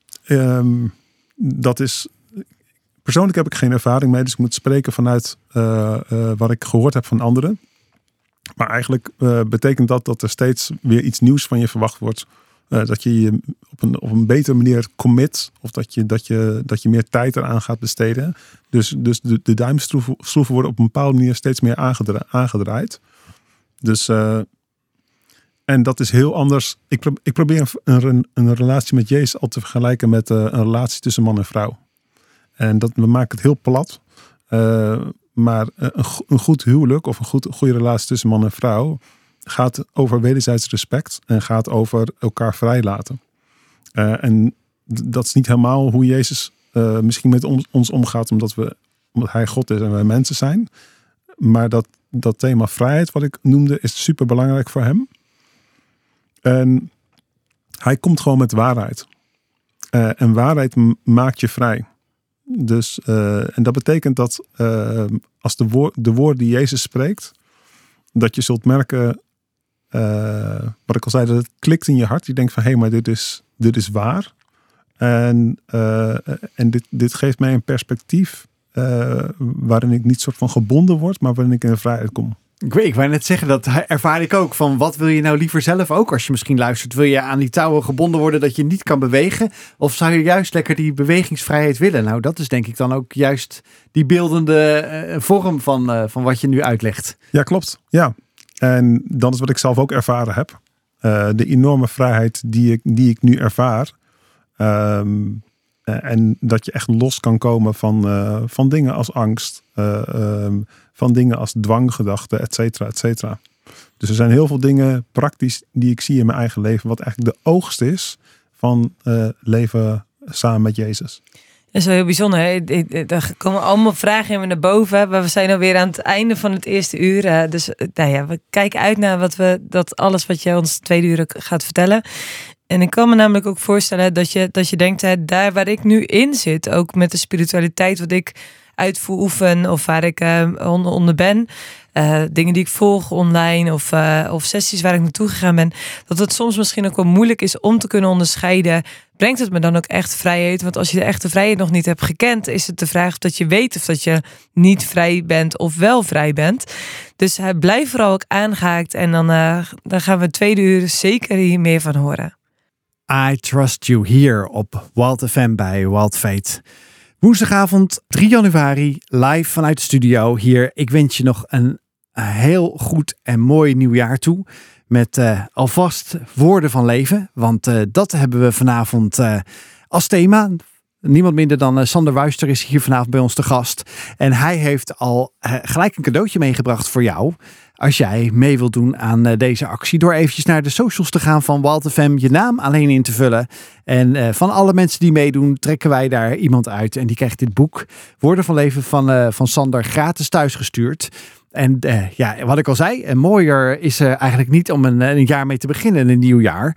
Dat is... Persoonlijk heb ik geen ervaring mee. Dus ik moet spreken vanuit wat ik gehoord heb van anderen. Maar eigenlijk betekent dat er steeds weer iets nieuws van je verwacht wordt. Dat je je op een betere manier commit. Of dat je meer tijd eraan gaat besteden. Dus de duimschroeven worden op een bepaalde manier steeds meer aangedraaid. Dus, en dat is heel anders. Ik probeer een relatie met Jezus al te vergelijken met een relatie tussen man en vrouw. En we maken het heel plat. Maar een goed huwelijk of een goede relatie tussen man en vrouw... gaat over wederzijds respect en gaat over elkaar vrijlaten. En dat is niet helemaal hoe Jezus misschien met ons omgaat, omdat hij God is en wij mensen zijn. Maar dat thema vrijheid, wat ik noemde, is super belangrijk voor hem. En hij komt gewoon met waarheid. En waarheid maakt je vrij. Dus, en dat betekent dat als de woorden die Jezus spreekt, dat je zult merken, wat ik al zei, dat het klikt in je hart. Je denkt van, hé, maar dit is waar. En dit geeft mij een perspectief waarin ik niet soort van gebonden word, maar waarin ik in de vrijheid kom. Ik wou net zeggen, dat ervaar ik ook. Van wat wil je nou liever zelf ook als je misschien luistert? Wil je aan die touwen gebonden worden dat je niet kan bewegen? Of zou je juist lekker die bewegingsvrijheid willen? Nou, dat is denk ik dan ook juist die beeldende vorm van wat je nu uitlegt. Ja, klopt. Ja. En dat is wat ik zelf ook ervaren heb. De enorme vrijheid die ik nu ervaar. En dat je echt los kan komen van dingen als angst. Van dingen als dwanggedachten, et cetera, et cetera. Dus er zijn heel veel dingen praktisch die ik zie in mijn eigen leven. Wat eigenlijk de oogst is van leven samen met Jezus. Dat is wel heel bijzonder. Er komen allemaal vragen in me naar boven. Maar we zijn alweer aan het einde van het eerste uur. Dus we kijken uit naar alles wat je ons 2 uur gaat vertellen. En ik kan me namelijk ook voorstellen dat je denkt, daar waar ik nu in zit, ook met de spiritualiteit wat ik oefen of waar ik onder ben, dingen die ik volg online of sessies waar ik naartoe gegaan ben, dat het soms misschien ook wel moeilijk is om te kunnen onderscheiden. Brengt het me dan ook echt vrijheid? Want als je de echte vrijheid nog niet hebt gekend, is het de vraag of dat je weet of dat je niet vrij bent of wel vrij bent. Dus blijf vooral ook aangehaakt en dan gaan we 2 uur zeker hier meer van horen. I Trust You hier op Wild FM bij Wild Fate. Woensdagavond 3 januari live vanuit de studio hier. Ik wens je nog een heel goed en mooi nieuwjaar toe. Met alvast woorden van leven. Want dat hebben we vanavond als thema. Niemand minder dan Sander Wuister is hier vanavond bij ons te gast. En hij heeft al gelijk een cadeautje meegebracht voor jou. Als jij mee wilt doen aan deze actie. Door eventjes naar de socials te gaan van Wild FM. Je naam alleen in te vullen. En van alle mensen die meedoen trekken wij daar iemand uit. En die krijgt dit boek Woorden van Leven van Sander gratis thuisgestuurd. En wat ik al zei, mooier is eigenlijk niet om een jaar mee te beginnen, een nieuw jaar.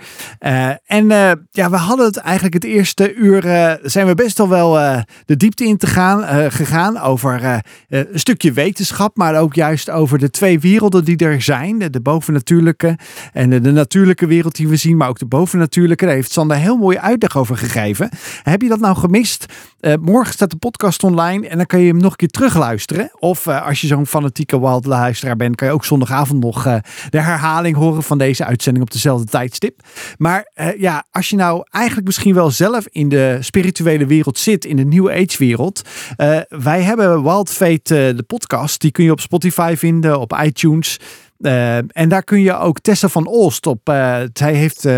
We hadden het eigenlijk het eerste uur, zijn we best wel de diepte in gegaan over een stukje wetenschap, maar ook juist over de 2 werelden die er zijn. De bovennatuurlijke en de natuurlijke wereld die we zien, maar ook de bovennatuurlijke. Daar heeft Sander heel mooie uitleg over gegeven. Heb je dat nou gemist? Morgen staat de podcast online en dan kan je hem nog een keer terugluisteren. Of als je zo'n fanatieke wild luisteraar bent, kan je ook zondagavond nog de herhaling horen van deze uitzending op dezelfde tijdstip. Maar als je nou eigenlijk misschien wel zelf in de spirituele wereld zit, in de New Age wereld. Wij hebben Wild Fate, de podcast, die kun je op Spotify vinden, op iTunes. En daar kun je ook Tessa van Olst op. Zij heeft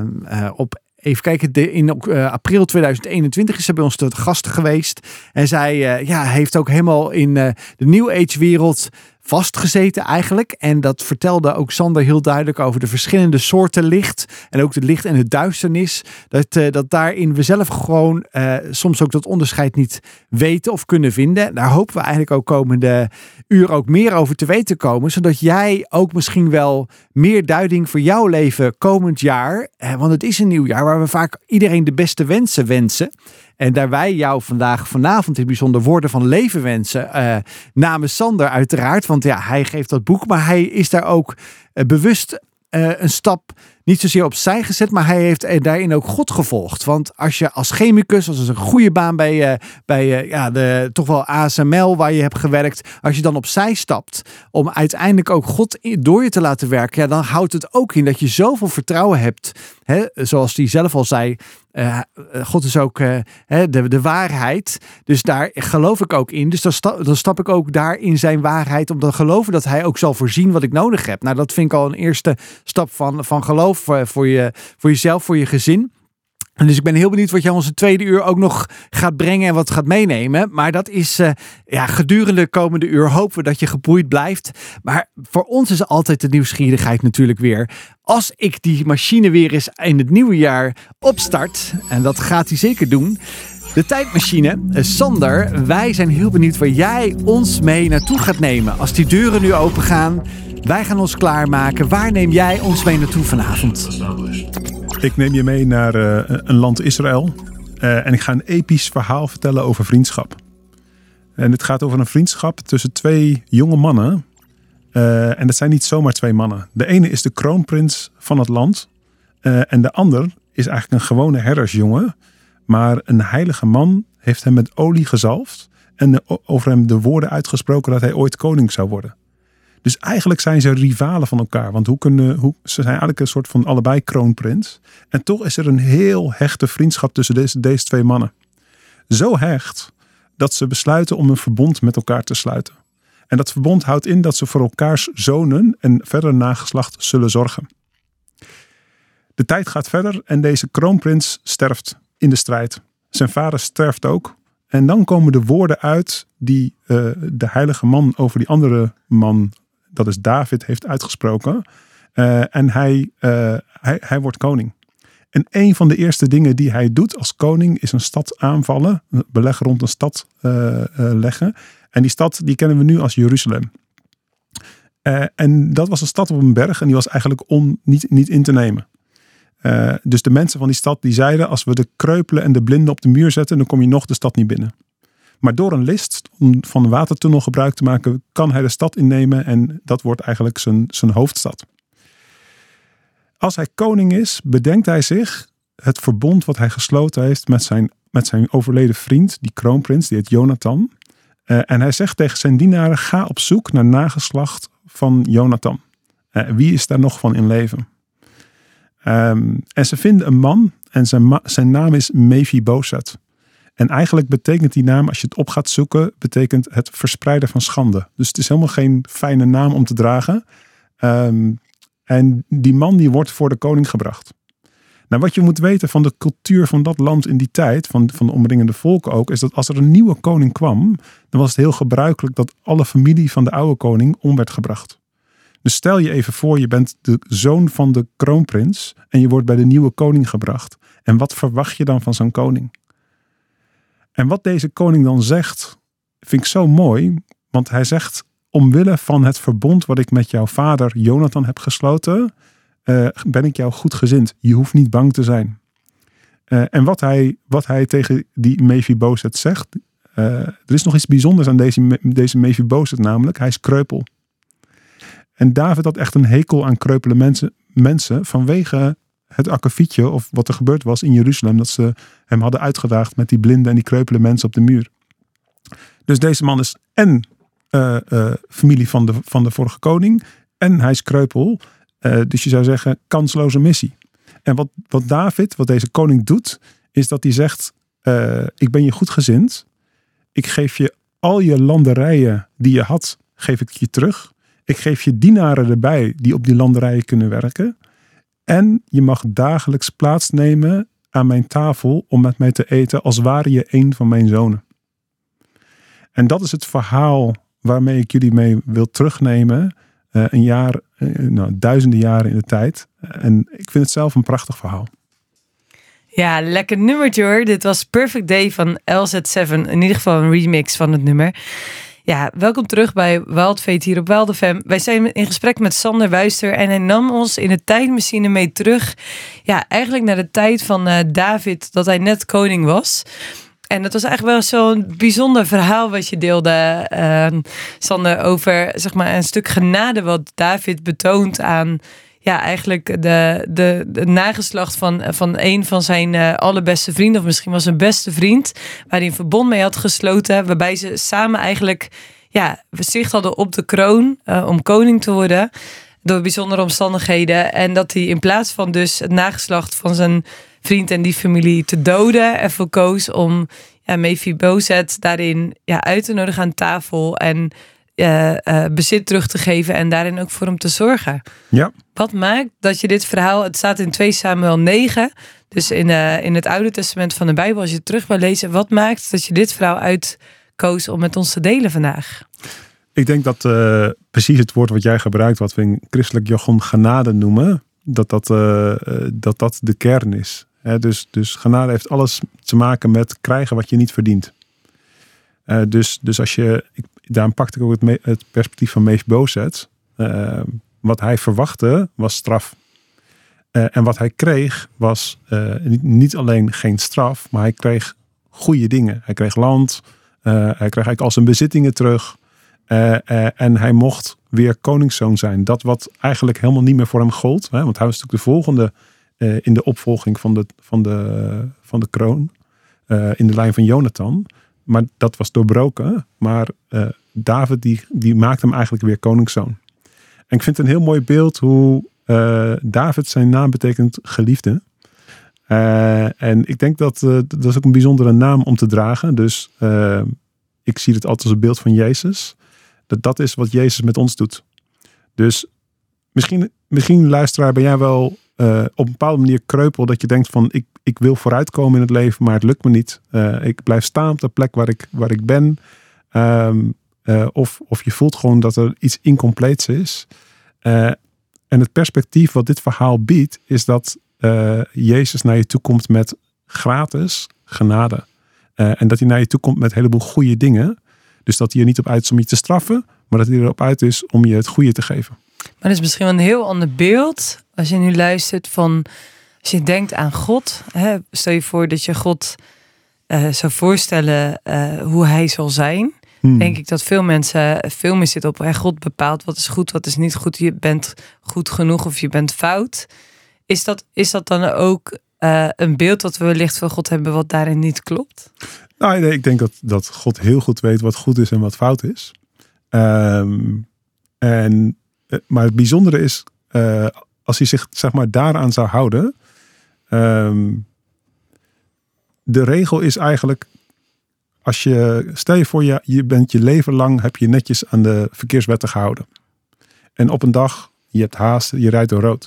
op even kijken, in april 2021 is ze bij ons te gast geweest. En zij heeft ook helemaal in de New Age wereld vastgezeten eigenlijk. En dat vertelde ook Sander heel duidelijk over de verschillende soorten licht. En ook het licht en de duisternis. Dat daarin we zelf gewoon soms ook dat onderscheid niet weten of kunnen vinden. Daar hopen we eigenlijk ook komende uur ook meer over te weten komen. Zodat jij ook misschien wel meer duiding voor jouw leven komend jaar. Want het is een nieuw jaar waar we vaak iedereen de beste wensen. En daar wij jou vanavond in het bijzonder woorden van leven wensen. Namens Sander uiteraard. Want hij geeft dat boek. Maar hij is daar ook bewust een stap niet zozeer opzij gezet. Maar hij heeft daarin ook God gevolgd. Want als je als chemicus, als een goede baan bij de toch wel ASML waar je hebt gewerkt. Als je dan opzij stapt om uiteindelijk ook God door je te laten werken. Ja, dan houdt het ook in dat je zoveel vertrouwen hebt. Hè, zoals hij zelf al zei. God is ook de waarheid. Dus daar geloof ik ook in. Dus dan stap ik ook daar in zijn waarheid. Om te geloven dat hij ook zal voorzien wat ik nodig heb. Nou, dat vind ik al een eerste stap van geloof voor jezelf, voor je gezin. En dus ik ben heel benieuwd wat jij onze tweede uur ook nog gaat brengen en wat gaat meenemen. Maar dat is gedurende de komende uur hopen we dat je geboeid blijft. Maar voor ons is altijd de nieuwsgierigheid natuurlijk weer. Als ik die machine weer eens in het nieuwe jaar opstart, en dat gaat hij zeker doen. De tijdmachine. Sander, wij zijn heel benieuwd waar jij ons mee naartoe gaat nemen. Als die deuren nu open gaan, wij gaan ons klaarmaken. Waar neem jij ons mee naartoe vanavond? Ik neem je mee naar een land Israël. En ik ga een episch verhaal vertellen over vriendschap. En het gaat over een vriendschap tussen 2 jonge mannen. En dat zijn niet zomaar 2 mannen. De ene is de kroonprins van het land. En de ander is eigenlijk een gewone herdersjongen. Maar een heilige man heeft hem met olie gezalfd. En over hem de woorden uitgesproken dat hij ooit koning zou worden. Dus eigenlijk zijn ze rivalen van elkaar. Want ze zijn eigenlijk een soort van allebei kroonprins. En toch is er een heel hechte vriendschap tussen deze 2 mannen. Zo hecht dat ze besluiten om een verbond met elkaar te sluiten. En dat verbond houdt in dat ze voor elkaars zonen en verder nageslacht zullen zorgen. De tijd gaat verder en deze kroonprins sterft in de strijd. Zijn vader sterft ook. En dan komen de woorden uit die de heilige man over die andere man, dat is David, heeft uitgesproken. En hij wordt koning. En een van de eerste dingen die hij doet als koning is een stad aanvallen. Een beleg rond een stad leggen. En die stad die kennen we nu als Jeruzalem. En dat was een stad op een berg en die was eigenlijk niet in te nemen. Dus de mensen van die stad die zeiden, als we de kreupelen en de blinden op de muur zetten, dan kom je nog de stad niet binnen. Maar door een list om van de watertunnel gebruik te maken, kan hij de stad innemen en dat wordt eigenlijk zijn hoofdstad. Als hij koning is, bedenkt hij zich het verbond wat hij gesloten heeft met zijn overleden vriend, die kroonprins, die heet Jonathan. En hij zegt tegen zijn dienaren, ga op zoek naar nageslacht van Jonathan. Wie is daar nog van in leven? En ze vinden een man en zijn naam is Mephibosheth. En eigenlijk betekent die naam, als je het op gaat zoeken, betekent het verspreiden van schande. Dus het is helemaal geen fijne naam om te dragen. En die man die wordt voor de koning gebracht. Nou, wat je moet weten van de cultuur van dat land in die tijd, van de omringende volken ook, is dat als er een nieuwe koning kwam, dan was het heel gebruikelijk dat alle familie van de oude koning om werd gebracht. Dus stel je even voor, je bent de zoon van de kroonprins en je wordt bij de nieuwe koning gebracht. En wat verwacht je dan van zo'n koning? En wat deze koning dan zegt, vind ik zo mooi, want hij zegt, omwille van het verbond wat ik met jouw vader Jonathan heb gesloten, ben ik jou goedgezind. Je hoeft niet bang te zijn. En wat hij tegen die Mephibosheth zegt, er is nog iets bijzonders aan deze Mephibosheth namelijk, hij is kreupel. En David had echt een hekel aan kreupele mensen vanwege het akkefietje of wat er gebeurd was in Jeruzalem, dat ze hem hadden uitgedaagd met die blinde en die kreupele mensen op de muur. Dus deze man is en familie van de vorige koning en hij is kreupel. Dus je zou zeggen, kansloze missie. En wat deze koning doet, is dat hij zegt, ik ben je goedgezind. Ik geef je al je landerijen die je had, geef ik je terug. Ik geef je dienaren erbij die op die landerijen kunnen werken. En je mag dagelijks plaatsnemen aan mijn tafel om met mij te eten als ware je een van mijn zonen. En dat is het verhaal waarmee ik jullie mee wil terugnemen. Duizenden jaren in de tijd. En ik vind het zelf een prachtig verhaal. Ja, lekker nummertje hoor. Dit was Perfect Day van LZ7. In ieder geval een remix van het nummer. Ja, welkom terug bij Wild Fate hier op Wild FM. Wij zijn in gesprek met Sander Wuister en hij nam ons in de tijdmachine mee terug. Ja, eigenlijk naar de tijd van David, dat hij net koning was. En dat was eigenlijk wel zo'n bijzonder verhaal wat je deelde, Sander, over zeg maar een stuk genade wat David betoont aan eigenlijk de nageslacht van een van zijn allerbeste vrienden, of misschien wel zijn beste vriend, waar hij een verbond mee had gesloten, waarbij ze samen eigenlijk zicht hadden op de kroon om koning te worden door bijzondere omstandigheden. En dat hij in plaats van dus het nageslacht van zijn vriend en die familie te doden, ervoor koos om Mephibosheth daarin uit te nodigen aan tafel en bezit terug te geven en daarin ook voor hem te zorgen. Ja. Wat maakt dat je dit verhaal, het staat in 2 Samuel 9, dus in het Oude Testament van de Bijbel, als je het terug wil lezen, wat maakt dat je dit verhaal uitkoos om met ons te delen vandaag? Ik denk dat precies het woord wat jij gebruikt, wat we in christelijk jargon genade noemen, dat de kern is. Dus genade heeft alles te maken met krijgen wat je niet verdient. Dus als je, daarom pakte ik ook het perspectief van Mephibosheth. Wat hij verwachtte was straf. En wat hij kreeg was niet alleen geen straf, maar hij kreeg goede dingen. Hij kreeg land, hij kreeg eigenlijk al zijn bezittingen terug. En hij mocht weer koningszoon zijn. Dat wat eigenlijk helemaal niet meer voor hem gold. Want hij was natuurlijk de volgende in de opvolging van de kroon. In de lijn van Jonathan. Maar dat was doorbroken. Maar David die maakte hem eigenlijk weer koningszoon. En ik vind het een heel mooi beeld hoe David, zijn naam betekent geliefde. En ik denk dat is ook een bijzondere naam om te dragen. Dus ik zie het altijd als een beeld van Jezus. Dat is wat Jezus met ons doet. Dus misschien luisteraar, ben jij wel op een bepaalde manier kreupel. Dat je denkt van ik wil vooruitkomen in het leven, maar het lukt me niet. Ik blijf staan op de plek waar ik ben. Of je voelt gewoon dat er iets incompleets is. En het perspectief wat dit verhaal biedt, is dat Jezus naar je toe komt met gratis genade. En dat hij naar je toe komt met een heleboel goede dingen. Dus dat hij er niet op uit is om je te straffen, maar dat hij erop uit is om je het goede te geven. Maar dat is misschien wel een heel ander beeld als je nu luistert van, als je denkt aan God. Stel je voor dat je God zou voorstellen hoe hij zal zijn, denk ik dat veel mensen veel meer zitten op God bepaalt wat is goed, wat is niet goed. Je bent goed genoeg of je bent fout. Is dat dan ook een beeld wat we wellicht van God hebben wat daarin niet klopt? Nou, nee, ik denk dat God heel goed weet wat goed is en wat fout is. Maar het bijzondere is, als hij zich zeg maar daaraan zou houden. De regel is eigenlijk, stel je voor je bent je leven lang, heb je netjes aan de verkeerswetten gehouden. En op een dag, je hebt haast, je rijdt door rood.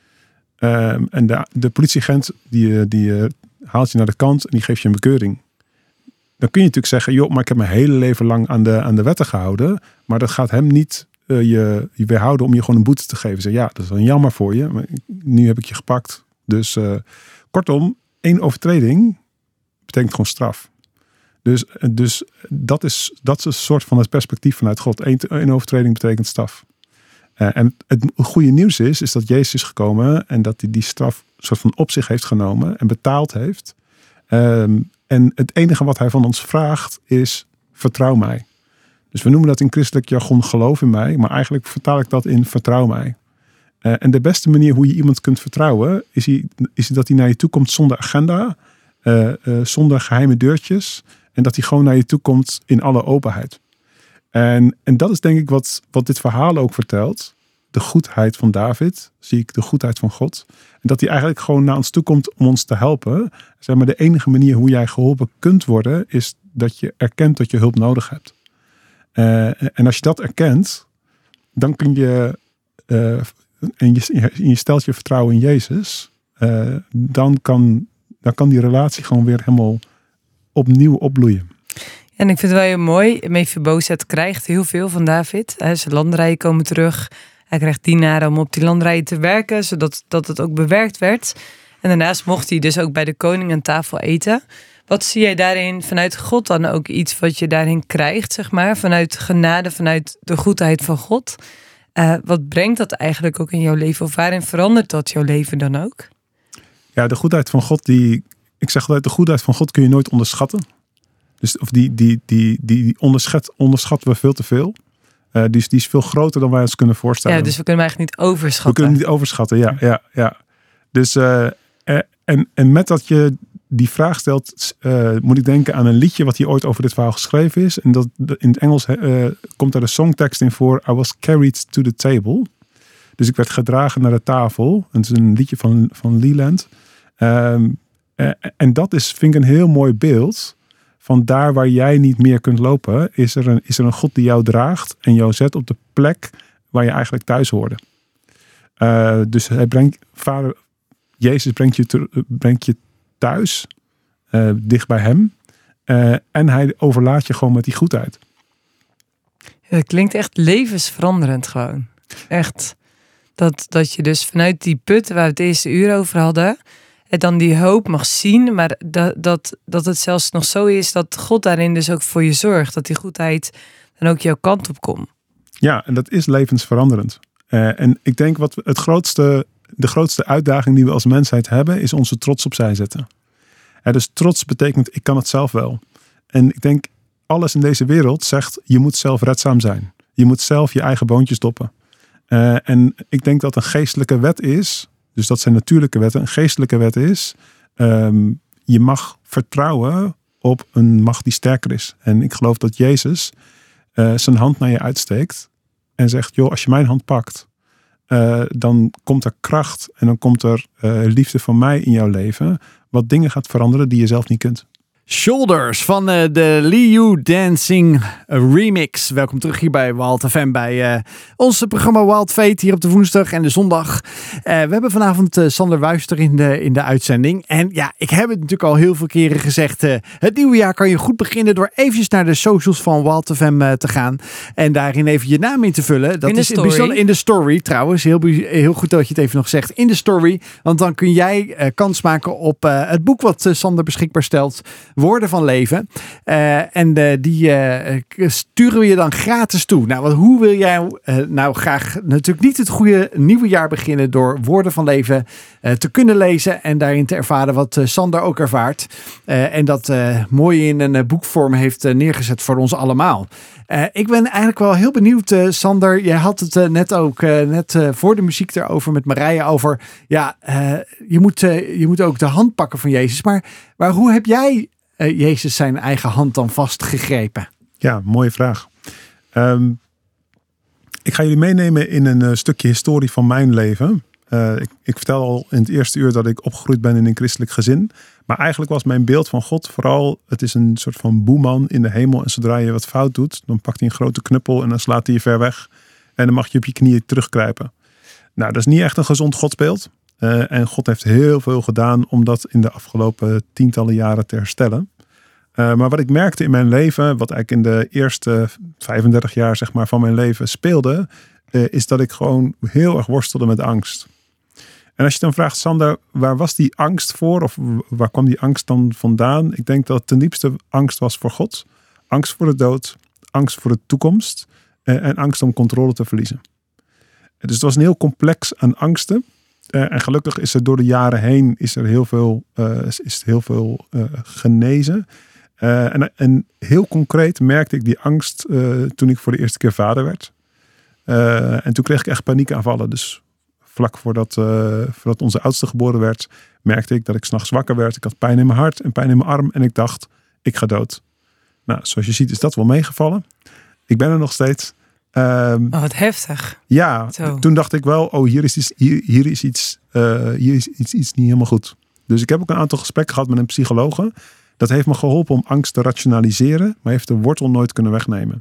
En de politieagent die haalt je naar de kant en die geeft je een bekeuring. Dan kun je natuurlijk zeggen, joh, maar ik heb mijn hele leven lang aan de wetten gehouden. Maar dat gaat hem niet je weerhouden om je gewoon een boete te geven. Zeg, ja, dat is dan jammer voor je. Maar nu heb ik je gepakt. Dus kortom, 1 overtreding betekent gewoon straf. Dus dat is een soort van het perspectief vanuit God. 1 overtreding betekent straf. En het goede nieuws is dat Jezus is gekomen en dat hij die straf soort van op zich heeft genomen en betaald heeft. En het enige wat hij van ons vraagt is, vertrouw mij. Dus we noemen dat in christelijk jargon geloof in mij, maar eigenlijk vertaal ik dat in vertrouw mij. En de beste manier hoe je iemand kunt vertrouwen is dat hij naar je toe komt zonder agenda, zonder geheime deurtjes en dat hij gewoon naar je toe komt in alle openheid. En dat is denk ik wat dit verhaal ook vertelt. De goedheid van David, zie ik de goedheid van God. En dat hij eigenlijk gewoon naar ons toe komt om ons te helpen. Zeg maar, de enige manier hoe jij geholpen kunt worden, is dat je erkent dat je hulp nodig hebt. En als je dat erkent, dan kun je, en je stelt je vertrouwen in Jezus, dan kan die relatie gewoon weer helemaal opnieuw opbloeien. En ik vind het wel heel mooi. Mephibozet krijgt heel veel van David. Zijn landerijen komen terug. Hij krijgt dienaren om op die landerijen te werken, zodat het ook bewerkt werd. En daarnaast mocht hij dus ook bij de koning aan tafel eten. Wat zie jij daarin vanuit God dan ook iets wat je daarin krijgt, zeg maar? Vanuit genade, vanuit de goedheid van God. Wat brengt dat eigenlijk ook in jouw leven? Of waarin verandert dat jouw leven dan ook? Ja, de goedheid van God, ik zeg altijd, de goedheid van God kun je nooit onderschatten. Dus of die onderschatten we veel te veel. Die is veel groter dan wij ons kunnen voorstellen. Ja, dus we kunnen hem eigenlijk niet overschatten. We kunnen hem niet overschatten, ja. Dus en met dat je die vraag stelt, moet ik denken aan een liedje wat hier ooit over dit verhaal geschreven is. En dat in het Engels komt daar de songtekst in voor. I was carried to the table. Dus ik werd gedragen naar de tafel. En het is een liedje van Leland. En dat vind ik een heel mooi beeld. Van daar waar jij niet meer kunt lopen, is er een God die jou draagt en jou zet op de plek waar je eigenlijk thuis hoorde. Dus Jezus brengt je thuis, dicht bij hem. En hij overlaat je gewoon met die goedheid. Het klinkt echt levensveranderend gewoon. Echt. Dat je dus vanuit die put waar we het eerste uur over hadden, en dan die hoop mag zien, maar dat het zelfs nog zo is dat God daarin dus ook voor je zorgt. Dat die goedheid dan ook jouw kant op komt. Ja, en dat is levensveranderend. En ik denk de grootste uitdaging die we als mensheid hebben, is onze trots opzij zetten. Dus trots betekent, ik kan het zelf wel. En ik denk, alles in deze wereld zegt, je moet zelfredzaam zijn. Je moet zelf je eigen boontjes doppen. En ik denk dat een geestelijke wet is, dus dat zijn natuurlijke wetten. Een geestelijke wet is, je mag vertrouwen op een macht die sterker is. En ik geloof dat Jezus zijn hand naar je uitsteekt en zegt, joh, als je mijn hand pakt, dan komt er kracht en dan komt er liefde van mij in jouw leven, wat dingen gaat veranderen die je zelf niet kunt. Shoulders van de Liu Dancing remix. Welkom terug hier bij Wild FM bij ons programma Wild Fate hier op de woensdag en de zondag. We hebben vanavond Sander Wuister in de uitzending. En ja, ik heb het natuurlijk al heel veel keren gezegd. Het nieuwe jaar kan je goed beginnen door eventjes naar de socials van Wild FM te gaan. En daarin even je naam in te vullen. Dat is bijzonder in de story trouwens. Heel goed dat je het even nog zegt. In de story. Want dan kun jij kans maken op het boek wat Sander beschikbaar stelt. Woorden van Leven. En die sturen we je dan gratis toe. Nou, hoe wil jij nou graag natuurlijk niet het goede nieuwe jaar beginnen door Woorden van Leven te kunnen lezen en daarin te ervaren wat Sander ook ervaart. En dat mooi in een boekvorm heeft neergezet voor ons allemaal. Ik ben eigenlijk wel heel benieuwd, Sander. Jij had het net ook voor de muziek erover met Marije over. Ja, je moet ook de hand pakken van Jezus. Maar hoe heb jij Jezus zijn eigen hand dan vastgegrepen? Ja, mooie vraag. Ik ga jullie meenemen in een stukje historie van mijn leven. Ik vertel al in het eerste uur dat ik opgegroeid ben in een christelijk gezin. Maar eigenlijk was mijn beeld van God vooral, het is een soort van boeman in de hemel. En zodra je wat fout doet, dan pakt hij een grote knuppel en dan slaat hij je ver weg. En dan mag je op je knieën terugkruipen. Nou, dat is niet echt een gezond godsbeeld. En God heeft heel veel gedaan om dat in de afgelopen tientallen jaren te herstellen. Maar wat ik merkte in mijn leven, wat eigenlijk in de eerste 35 jaar zeg maar, van mijn leven speelde, is dat ik gewoon heel erg worstelde met angst. En als je dan vraagt, Sander, waar was die angst voor? Of waar kwam die angst dan vandaan? Ik denk dat ten diepste angst was voor God. Angst voor de dood. Angst voor de toekomst. En angst om controle te verliezen. Dus het was een heel complex aan angsten. En gelukkig is er door de jaren heen heel veel genezen. En heel concreet merkte ik die angst toen ik voor de eerste keer vader werd. En toen kreeg ik echt paniekaanvallen. Dus vlak voordat onze oudste geboren werd, merkte ik dat ik 's nachts wakker werd. Ik had pijn in mijn hart en pijn in mijn arm. En ik dacht, ik ga dood. Nou, zoals je ziet is dat wel meegevallen. Ik ben er nog steeds. Wat heftig. Ja, toen dacht ik wel, hier is iets niet helemaal goed. Dus ik heb ook een aantal gesprekken gehad met een psychologe. Dat heeft me geholpen om angst te rationaliseren, maar heeft de wortel nooit kunnen wegnemen.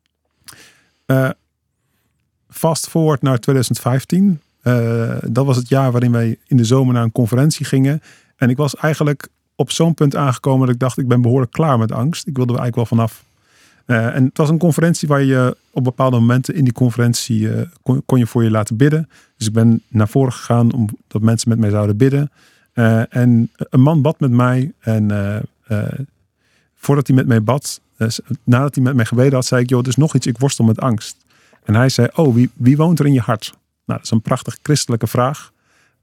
Fast forward naar 2015. Dat was het jaar waarin wij in de zomer naar een conferentie gingen. En ik was eigenlijk op zo'n punt aangekomen dat ik dacht, ik ben behoorlijk klaar met angst. Ik wilde er eigenlijk wel vanaf. En het was een conferentie waar je op bepaalde momenten in die conferentie kon je voor je laten bidden. Dus ik ben naar voren gegaan omdat mensen met mij zouden bidden. En een man bad met mij. En voordat hij met mij bad, nadat hij met mij gebeden had, zei ik, joh, er is nog iets, ik worstel met angst. En hij zei, wie woont er in je hart? Nou, dat is een prachtig christelijke vraag.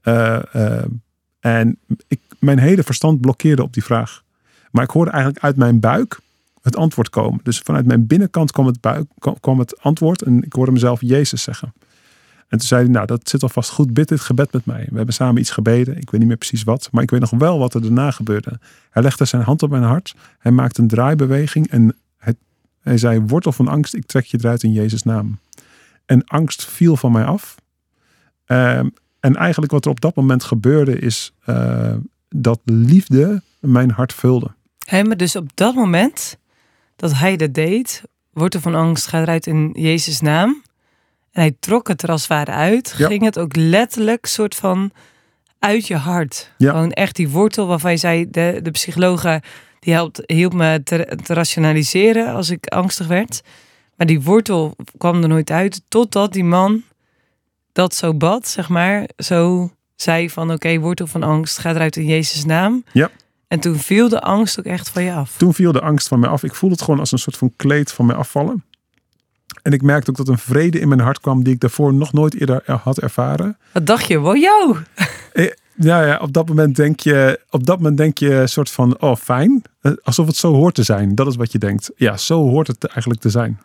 En mijn hele verstand blokkeerde op die vraag. Maar ik hoorde eigenlijk uit mijn buik het antwoord komen. Dus vanuit mijn binnenkant kwam het antwoord. En ik hoorde mezelf Jezus zeggen. En toen zei hij, nou, dat zit alvast goed. Bid dit gebed met mij. We hebben samen iets gebeden. Ik weet niet meer precies wat. Maar ik weet nog wel wat er daarna gebeurde. Hij legde zijn hand op mijn hart. Hij maakte een draaibeweging. En hij zei, wortel van angst, ik trek je eruit in Jezus' naam. En angst viel van mij af. En eigenlijk wat er op dat moment gebeurde is dat liefde mijn hart vulde. Maar dus op dat moment dat hij dat deed, wortel van angst gaat eruit in Jezus' naam. En hij trok het er als het ware uit. Ja. Ging het ook letterlijk soort van uit je hart. Ja. Gewoon echt die wortel waarvan je zei, de psychologe die hielp me te rationaliseren als ik angstig werd. Maar die wortel kwam er nooit uit totdat die man dat zo bad, zeg maar. Zo zei van oké, wortel van angst gaat eruit in Jezus' naam. Ja. En toen viel de angst ook echt van je af. Toen viel de angst van mij af. Ik voelde het gewoon als een soort van kleed van mij afvallen. En ik merkte ook dat een vrede in mijn hart kwam die ik daarvoor nog nooit eerder had ervaren. Wat dacht je? Wow! Ja, op dat moment denk je soort van, oh fijn. Alsof het zo hoort te zijn. Dat is wat je denkt. Ja, zo hoort het eigenlijk te zijn.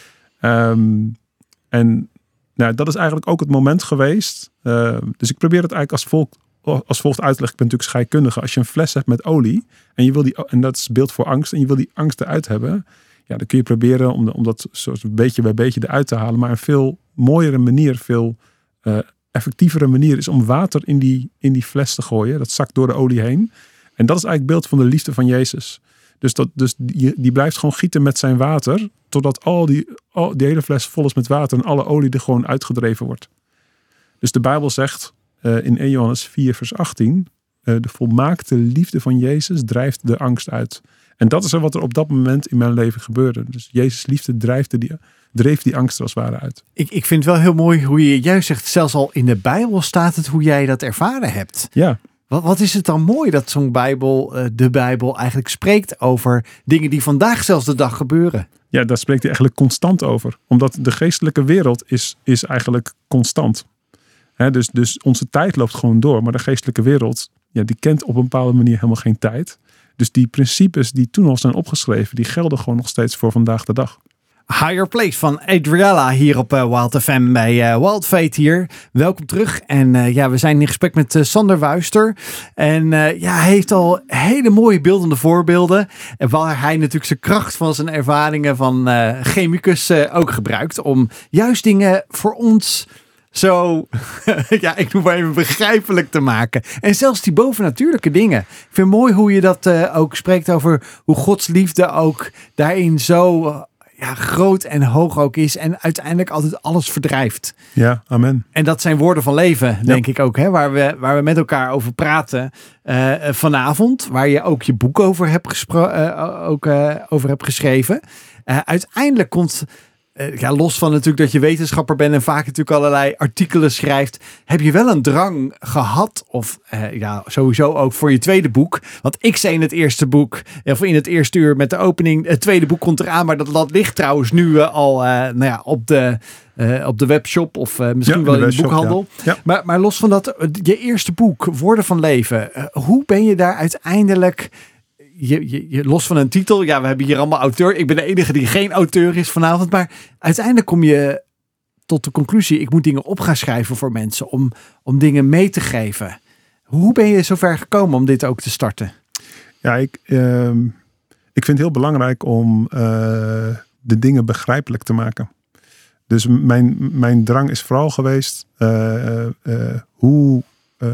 En nou, dat is eigenlijk ook het moment geweest. Dus ik probeer het eigenlijk als volgt uit te leggen. Ik ben natuurlijk scheikundige. Als je een fles hebt met olie en je wil en dat is beeld voor angst, en je wil die angst eruit hebben, ja, dan kun je proberen om dat soort beetje bij beetje eruit te halen. Maar een veel mooiere manier, veel effectievere manier is om water in die fles te gooien. Dat zakt door de olie heen. En dat is eigenlijk beeld van de liefde van Jezus. Dus die blijft gewoon gieten met zijn water, totdat die hele fles vol is met water en alle olie er gewoon uitgedreven wordt. Dus de Bijbel zegt in 1 Johannes 4 vers 18, de volmaakte liefde van Jezus drijft de angst uit. En dat is wat er op dat moment in mijn leven gebeurde. Dus Jezus' liefde dreef die angst er als het ware uit. Ik vind het wel heel mooi hoe je juist zegt, zelfs al in de Bijbel staat het hoe jij dat ervaren hebt. Ja. Wat is het dan mooi dat zo'n Bijbel, de Bijbel, eigenlijk spreekt over dingen die vandaag zelfs de dag gebeuren? Ja, daar spreekt hij eigenlijk constant over. Omdat de geestelijke wereld is eigenlijk constant. Dus onze tijd loopt gewoon door. Maar de geestelijke wereld, die kent op een bepaalde manier helemaal geen tijd. Dus die principes die toen al zijn opgeschreven, die gelden gewoon nog steeds voor vandaag de dag. Higher Place van Adriella hier op Wild FM bij Wild Fate hier. Welkom terug. En we zijn in gesprek met Sander Wuister. En hij heeft al hele mooie beeldende voorbeelden. En waar hij natuurlijk zijn kracht van zijn ervaringen van chemicus ook gebruikt. Om juist dingen voor ons zo, ik noem maar even begrijpelijk te maken. En zelfs die bovennatuurlijke dingen. Ik vind het mooi hoe je dat ook spreekt over hoe Gods liefde ook daarin zo groot en hoog ook is. En uiteindelijk altijd alles verdrijft. Ja, amen. En dat zijn woorden van leven, denk ik ook. Hè, waar we met elkaar over praten vanavond. Waar je ook je boek over hebt geschreven. Uiteindelijk komt... los van natuurlijk dat je wetenschapper bent en vaak natuurlijk allerlei artikelen schrijft, heb je wel een drang gehad of sowieso ook voor je tweede boek. Want ik zei in het eerste boek, of in het eerste uur met de opening, het tweede boek komt eraan, maar dat ligt trouwens nu al op de webshop of misschien wel in de boekhandel. Ja. Ja. Maar los van dat, je eerste boek, Woorden van Leven, hoe ben je daar uiteindelijk... Je los van een titel, we hebben hier allemaal auteur. Ik ben de enige die geen auteur is vanavond. Maar uiteindelijk kom je tot de conclusie, ik moet dingen op gaan schrijven voor mensen. Om dingen mee te geven. Hoe ben je zover gekomen om dit ook te starten? Ja, ik vind het heel belangrijk om de dingen begrijpelijk te maken. Dus mijn drang is vooral geweest hoe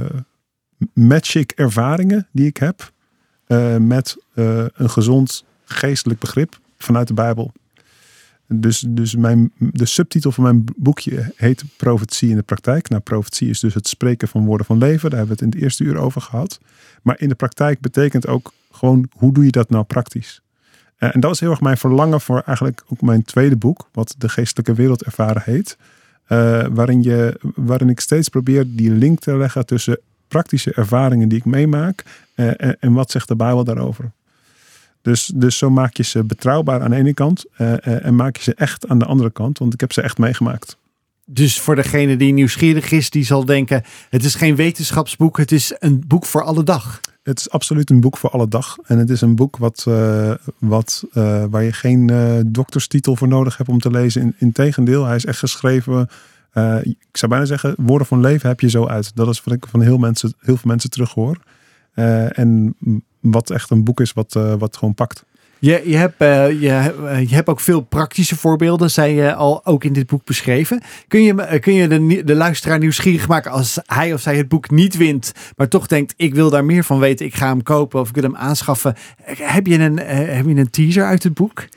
match ik ervaringen die ik heb met een gezond geestelijk begrip vanuit de Bijbel. Dus de subtitel van mijn boekje heet Profetie in de praktijk. Nou, profetie is dus het spreken van woorden van leven. Daar hebben we het in het eerste uur over gehad. Maar in de praktijk betekent ook gewoon, hoe doe je dat nou praktisch? En dat was heel erg mijn verlangen voor eigenlijk ook mijn tweede boek, wat De Geestelijke Wereld Ervaren heet. Waarin ik steeds probeer die link te leggen tussen praktische ervaringen die ik meemaak en wat zegt de Bijbel daarover. Dus zo maak je ze betrouwbaar aan de ene kant en maak je ze echt aan de andere kant, want ik heb ze echt meegemaakt. Dus voor degene die nieuwsgierig is, die zal denken, het is geen wetenschapsboek, het is een boek voor alle dag. Het is absoluut een boek voor alle dag. En het is een boek waar je geen dokterstitel voor nodig hebt om te lezen. Integendeel, hij is echt geschreven. Ik zou bijna zeggen, woorden van leven heb je zo uit. Dat is wat ik van heel veel mensen terug hoor. En wat echt een boek is wat gewoon pakt. Je hebt ook veel praktische voorbeelden, zei je al ook in dit boek beschreven. Kun je de luisteraar nieuwsgierig maken als hij of zij het boek niet wint, maar toch denkt, ik wil daar meer van weten, ik ga hem kopen of ik wil hem aanschaffen. Heb je een teaser uit het boek?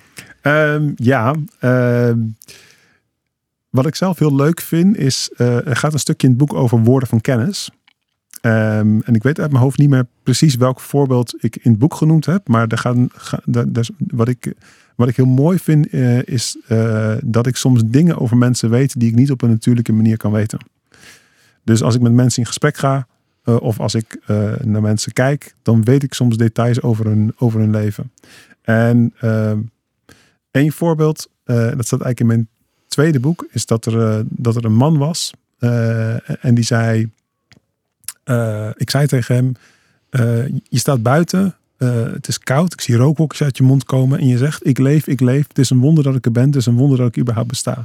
Wat ik zelf heel leuk vind is, er gaat een stukje in het boek over woorden van kennis. En ik weet uit mijn hoofd niet meer precies welk voorbeeld ik in het boek genoemd heb. Maar wat ik heel mooi vind is dat ik soms dingen over mensen weet die ik niet op een natuurlijke manier kan weten. Dus als ik met mensen in gesprek ga of als ik naar mensen kijk, dan weet ik soms details over hun leven. En één voorbeeld, dat staat eigenlijk in mijn tweede boek, is dat er een man was en die zei... ik zei tegen hem, je staat buiten, het is koud, ik zie rookwolkjes uit je mond komen en je zegt, ik leef, het is een wonder dat ik er ben, het is een wonder dat ik überhaupt besta.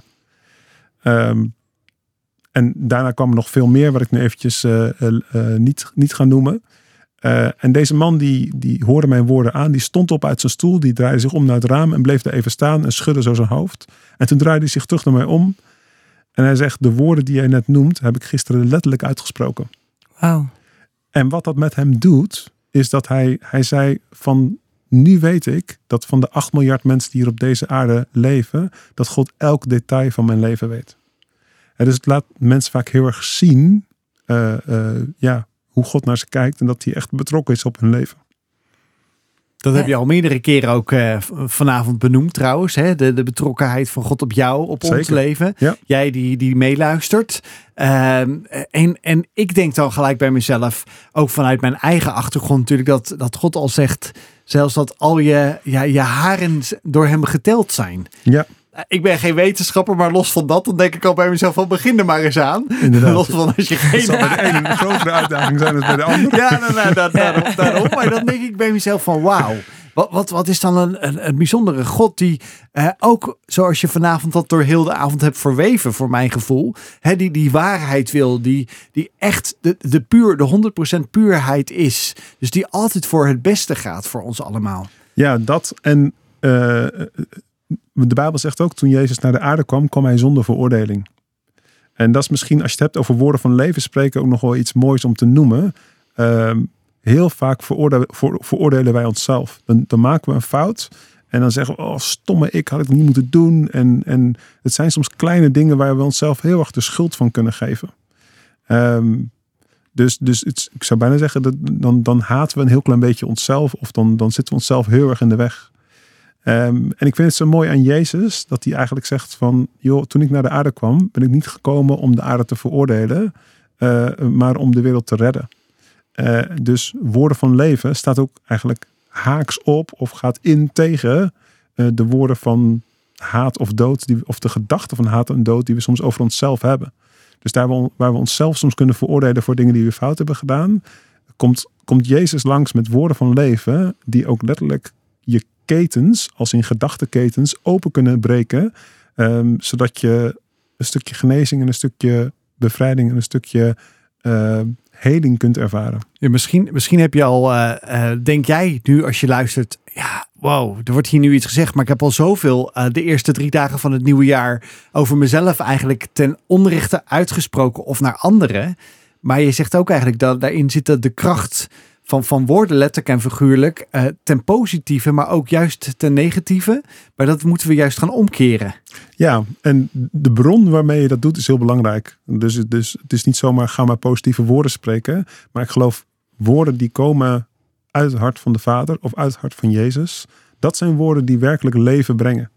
En daarna kwam er nog veel meer, wat ik nu eventjes niet ga noemen. En deze man die hoorde mijn woorden aan, die stond op uit zijn stoel, die draaide zich om naar het raam en bleef daar even staan en schudde zo zijn hoofd. En toen draaide hij zich terug naar mij om en hij zegt, de woorden die jij net noemt, heb ik gisteren letterlijk uitgesproken. Wauw. En wat dat met hem doet, is dat hij zei van, nu weet ik dat van de 8 miljard mensen die hier op deze aarde leven, dat God elk detail van mijn leven weet. En dus het laat mensen vaak heel erg zien hoe God naar ze kijkt en dat hij echt betrokken is op hun leven. Dat heb je al meerdere keren ook vanavond benoemd trouwens. Hè? De betrokkenheid van God op jou, op ons leven. Ja. Jij die meeluistert. En ik denk dan gelijk bij mezelf, ook vanuit mijn eigen achtergrond natuurlijk, dat God al zegt, zelfs dat al je haren door hem geteld zijn. Ja. Ik ben geen wetenschapper, maar los van dat, dan denk ik al bij mezelf van begin er maar eens aan. Inderdaad. Los van als je geen... Dat zal bij de ene een grotere uitdaging zijn dan bij de andere. Ja, daarom. Maar dan denk ik bij mezelf van wauw. Wat is dan een bijzondere God die ook, zoals je vanavond dat door heel de avond hebt verweven, voor mijn gevoel, die waarheid wil, die echt de 100% puurheid is. Dus die altijd voor het beste gaat voor ons allemaal. Ja, dat en de Bijbel zegt ook, toen Jezus naar de aarde kwam hij zonder veroordeling. En dat is misschien, als je het hebt over woorden van leven spreken, ook nog wel iets moois om te noemen. Heel vaak veroordelen wij onszelf. Dan maken we een fout en dan zeggen we, oh stomme ik, had ik niet moeten doen. En het zijn soms kleine dingen waar we onszelf heel erg de schuld van kunnen geven. Dus ik zou bijna zeggen, dan haten we een heel klein beetje onszelf of dan zitten we onszelf heel erg in de weg. En ik vind het zo mooi aan Jezus dat hij eigenlijk zegt van, joh, toen ik naar de aarde kwam, ben ik niet gekomen om de aarde te veroordelen, maar om de wereld te redden. Dus woorden van leven staat ook eigenlijk haaks op of gaat in tegen de woorden van haat of dood, of de gedachten van haat en dood die we soms over onszelf hebben. Dus daar waar we onszelf soms kunnen veroordelen voor dingen die we fout hebben gedaan, komt Jezus langs met woorden van leven die ook letterlijk je ketens, als in gedachtenketens, open kunnen breken. Zodat je een stukje genezing en een stukje bevrijding en een stukje heling kunt ervaren. Ja, misschien heb je al, denk jij nu als je luistert, ja, wow, er wordt hier nu iets gezegd, maar ik heb al zoveel de eerste 3 dagen van het nieuwe jaar over mezelf eigenlijk ten onrechte uitgesproken of naar anderen. Maar je zegt ook eigenlijk dat daarin zit de kracht van woorden, letterlijk en figuurlijk, ten positieve, maar ook juist ten negatieve. Maar dat moeten we juist gaan omkeren. Ja, en de bron waarmee je dat doet is heel belangrijk. Dus het is niet zomaar ga maar positieve woorden spreken. Maar ik geloof woorden die komen uit het hart van de Vader of uit het hart van Jezus. Dat zijn woorden die werkelijk leven brengen.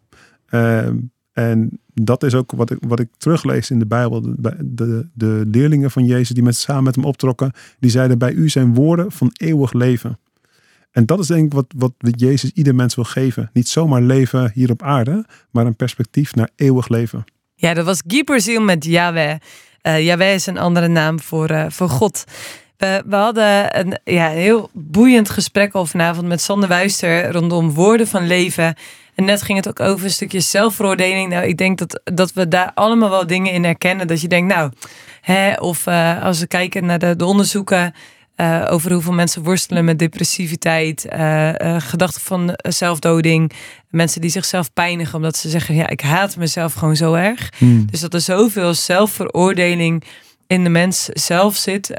En dat is ook wat ik teruglees in de Bijbel. De leerlingen van Jezus die samen met hem optrokken, die zeiden, bij u zijn woorden van eeuwig leven. En dat is denk ik wat Jezus ieder mens wil geven. Niet zomaar leven hier op aarde, maar een perspectief naar eeuwig leven. Ja, dat was Guy Perziel met Yahweh. Yahweh is een andere naam voor God. We hadden een heel boeiend gesprek al vanavond met Sander Wuister rondom woorden van leven. En net ging het ook over een stukje zelfveroordeling. Nou, ik denk dat we daar allemaal wel dingen in herkennen. Dat je denkt, als we kijken naar de onderzoeken over hoeveel mensen worstelen met depressiviteit, gedachten van zelfdoding, mensen die zichzelf pijnigen omdat ze zeggen, ja, ik haat mezelf gewoon zo erg. Dus dat er zoveel zelfveroordeling in de mens zelf zit.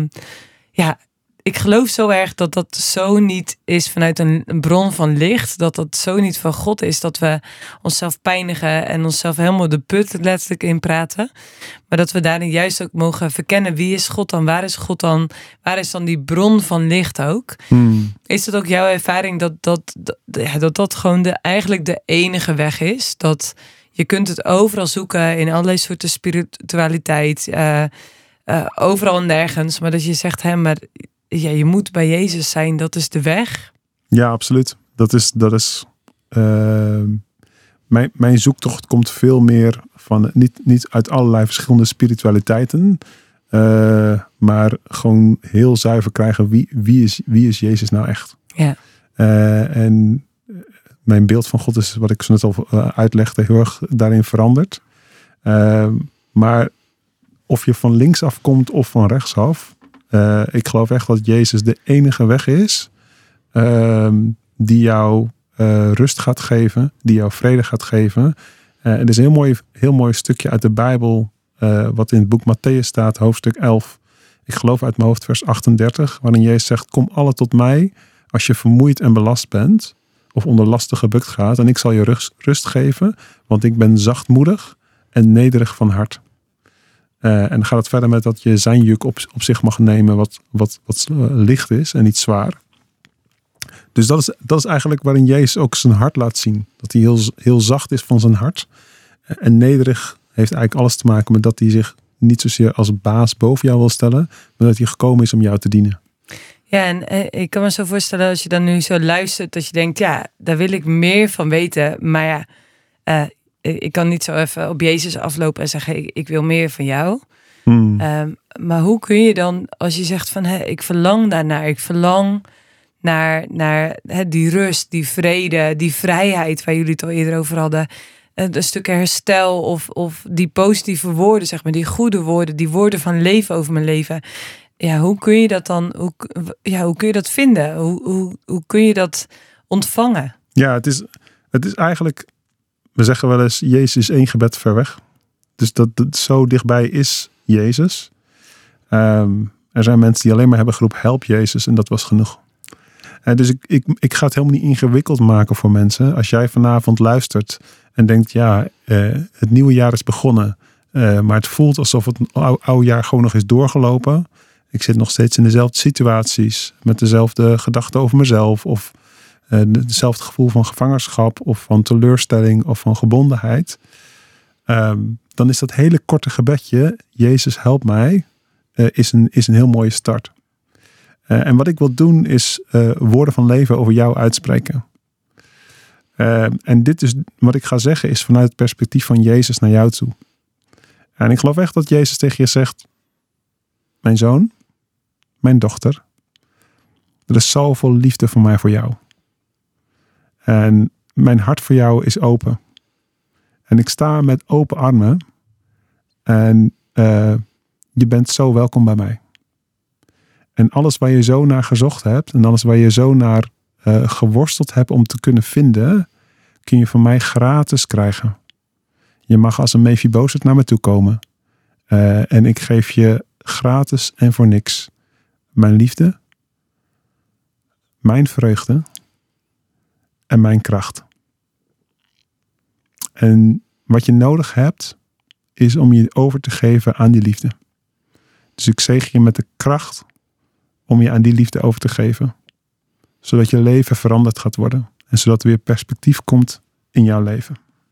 Ik geloof zo erg dat dat zo niet is vanuit een bron van licht. Dat zo niet van God is. Dat we onszelf pijnigen en onszelf helemaal de put letterlijk in praten. Maar dat we daarin juist ook mogen verkennen. Wie is God dan? Waar is God dan? Waar is dan die bron van licht ook? Is dat ook jouw ervaring dat gewoon eigenlijk de enige weg is? Dat je kunt het overal zoeken in allerlei soorten spiritualiteit. Overal en nergens. Maar dat je zegt, je moet bij Jezus zijn, dat is de weg. Ja, absoluut. Dat is mijn zoektocht komt veel meer van niet uit allerlei verschillende spiritualiteiten, maar gewoon heel zuiver krijgen wie is Jezus nou echt. Ja. En mijn beeld van God is, wat ik zo net al uitlegde, heel erg daarin veranderd. Maar of je van linksaf komt of van rechtsaf, ik geloof echt dat Jezus de enige weg is die jou rust gaat geven, die jou vrede gaat geven. Er is een heel mooi stukje uit de Bijbel wat in het boek Mattheüs staat, hoofdstuk 11. Ik geloof uit mijn hoofd vers 38, waarin Jezus zegt, kom alle tot mij als je vermoeid en belast bent of onder lasten gebukt gaat en ik zal je rust geven, want ik ben zachtmoedig en nederig van hart. En dan gaat het verder met dat je zijn juk op zich mag nemen wat licht is en niet zwaar. Dus dat is eigenlijk waarin Jezus ook zijn hart laat zien. Dat hij heel, heel zacht is van zijn hart. En nederig heeft eigenlijk alles te maken met dat hij zich niet zozeer als baas boven jou wil stellen, maar dat hij gekomen is om jou te dienen. Ja, en ik kan me zo voorstellen als je dan nu zo luistert, dat je denkt, ja, daar wil ik meer van weten. Maar ja, ik kan niet zo even op Jezus aflopen en zeggen, ik wil meer van jou. Maar hoe kun je dan, als je zegt van, ik verlang daarnaar, ik verlang naar die rust, die vrede, die vrijheid waar jullie het al eerder over hadden. Een stuk herstel of die positieve woorden, zeg maar, die goede woorden, die woorden van leven over mijn leven. Ja, hoe kun je dat dan, hoe kun je dat vinden? Hoe kun je dat ontvangen? Ja, het is eigenlijk, we zeggen wel eens, Jezus is 1 gebed ver weg. Dus dat zo dichtbij is Jezus. Er zijn mensen die alleen maar hebben geroepen, help Jezus, en dat was genoeg. Dus ik ga het helemaal niet ingewikkeld maken voor mensen. Als jij vanavond luistert en denkt, het nieuwe jaar is begonnen, maar het voelt alsof het oude jaar gewoon nog is doorgelopen. Ik zit nog steeds in dezelfde situaties, met dezelfde gedachten over mezelf, of hetzelfde gevoel van gevangenschap, of van teleurstelling, of van gebondenheid. Dan is dat hele korte gebedje, Jezus help mij, is een heel mooie start. En wat ik wil doen is woorden van leven over jou uitspreken. En dit is wat ik ga zeggen is vanuit het perspectief van Jezus naar jou toe. En ik geloof echt dat Jezus tegen je zegt, mijn zoon, mijn dochter, er is zoveel liefde van mij voor jou. En mijn hart voor jou is open. En ik sta met open armen. En je bent zo welkom bij mij. En alles waar je zo naar gezocht hebt, en alles waar je zo naar geworsteld hebt om te kunnen vinden, kun je van mij gratis krijgen. Je mag als een Mephibosheth naar me toe komen. En ik geef je gratis en voor niks mijn liefde, mijn vreugde en mijn kracht. En wat je nodig hebt, is om je over te geven aan die liefde. Dus ik zegen je met de kracht om je aan die liefde over te geven. Zodat je leven veranderd gaat worden. En zodat er weer perspectief komt in jouw leven.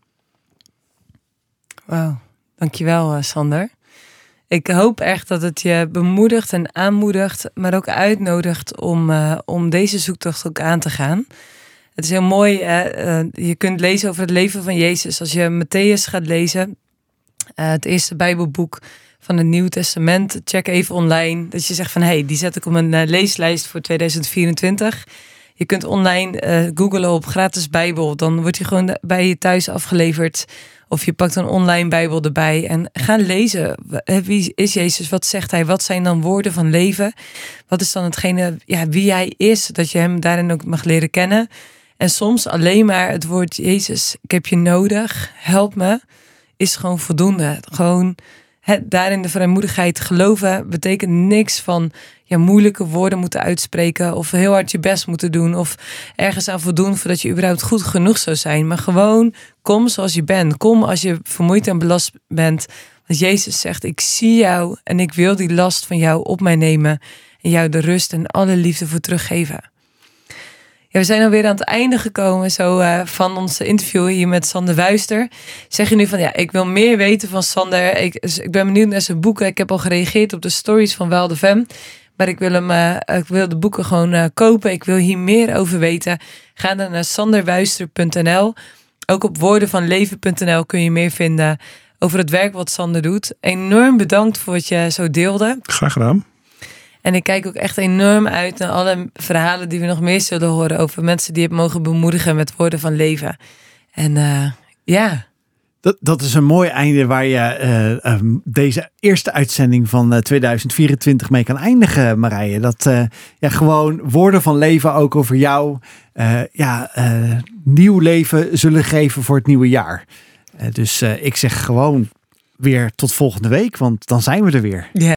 Wauw, dankjewel Sander. Ik hoop echt dat het je bemoedigt en aanmoedigt, maar ook uitnodigt om deze zoektocht ook aan te gaan. Het is heel mooi, je kunt lezen over het leven van Jezus. Als je Mattheüs gaat lezen, het eerste Bijbelboek van het Nieuw Testament, check even online. Dat je zegt van, die zet ik op mijn leeslijst voor 2024. Je kunt online googlen op gratis Bijbel. Dan wordt die gewoon bij je thuis afgeleverd. Of je pakt een online Bijbel erbij en ga lezen. Wie is Jezus? Wat zegt hij? Wat zijn dan woorden van leven? Wat is dan hetgene, wie hij is? Dat je hem daarin ook mag leren kennen. En soms alleen maar het woord Jezus, ik heb je nodig, help me, is gewoon voldoende. Gewoon daarin de vrijmoedigheid geloven betekent niks van moeilijke woorden moeten uitspreken of heel hard je best moeten doen of ergens aan voldoen voordat je überhaupt goed genoeg zou zijn. Maar gewoon kom zoals je bent. Kom als je vermoeid en belast bent. Want Jezus zegt, ik zie jou en ik wil die last van jou op mij nemen en jou de rust en alle liefde voor teruggeven. Ja, we zijn alweer aan het einde gekomen van ons interview hier met Sander Wuister. Zeg je nu van, ik wil meer weten van Sander. Ik ben benieuwd naar zijn boeken. Ik heb al gereageerd op de stories van Wild FM. Maar ik wil de boeken gewoon kopen. Ik wil hier meer over weten. Ga dan naar sanderwuister.nl. Ook op woordenvanleven.nl kun je meer vinden over het werk wat Sander doet. Enorm bedankt voor wat je zo deelde. Graag gedaan. En ik kijk ook echt enorm uit naar alle verhalen die we nog meer zullen horen over mensen die het mogen bemoedigen met woorden van leven. En Dat is een mooi einde waar je deze eerste uitzending van 2024 mee kan eindigen, Marije. Dat gewoon woorden van leven ook over jou nieuw leven zullen geven voor het nieuwe jaar. Dus ik zeg gewoon weer tot volgende week, want dan zijn we er weer. Ja.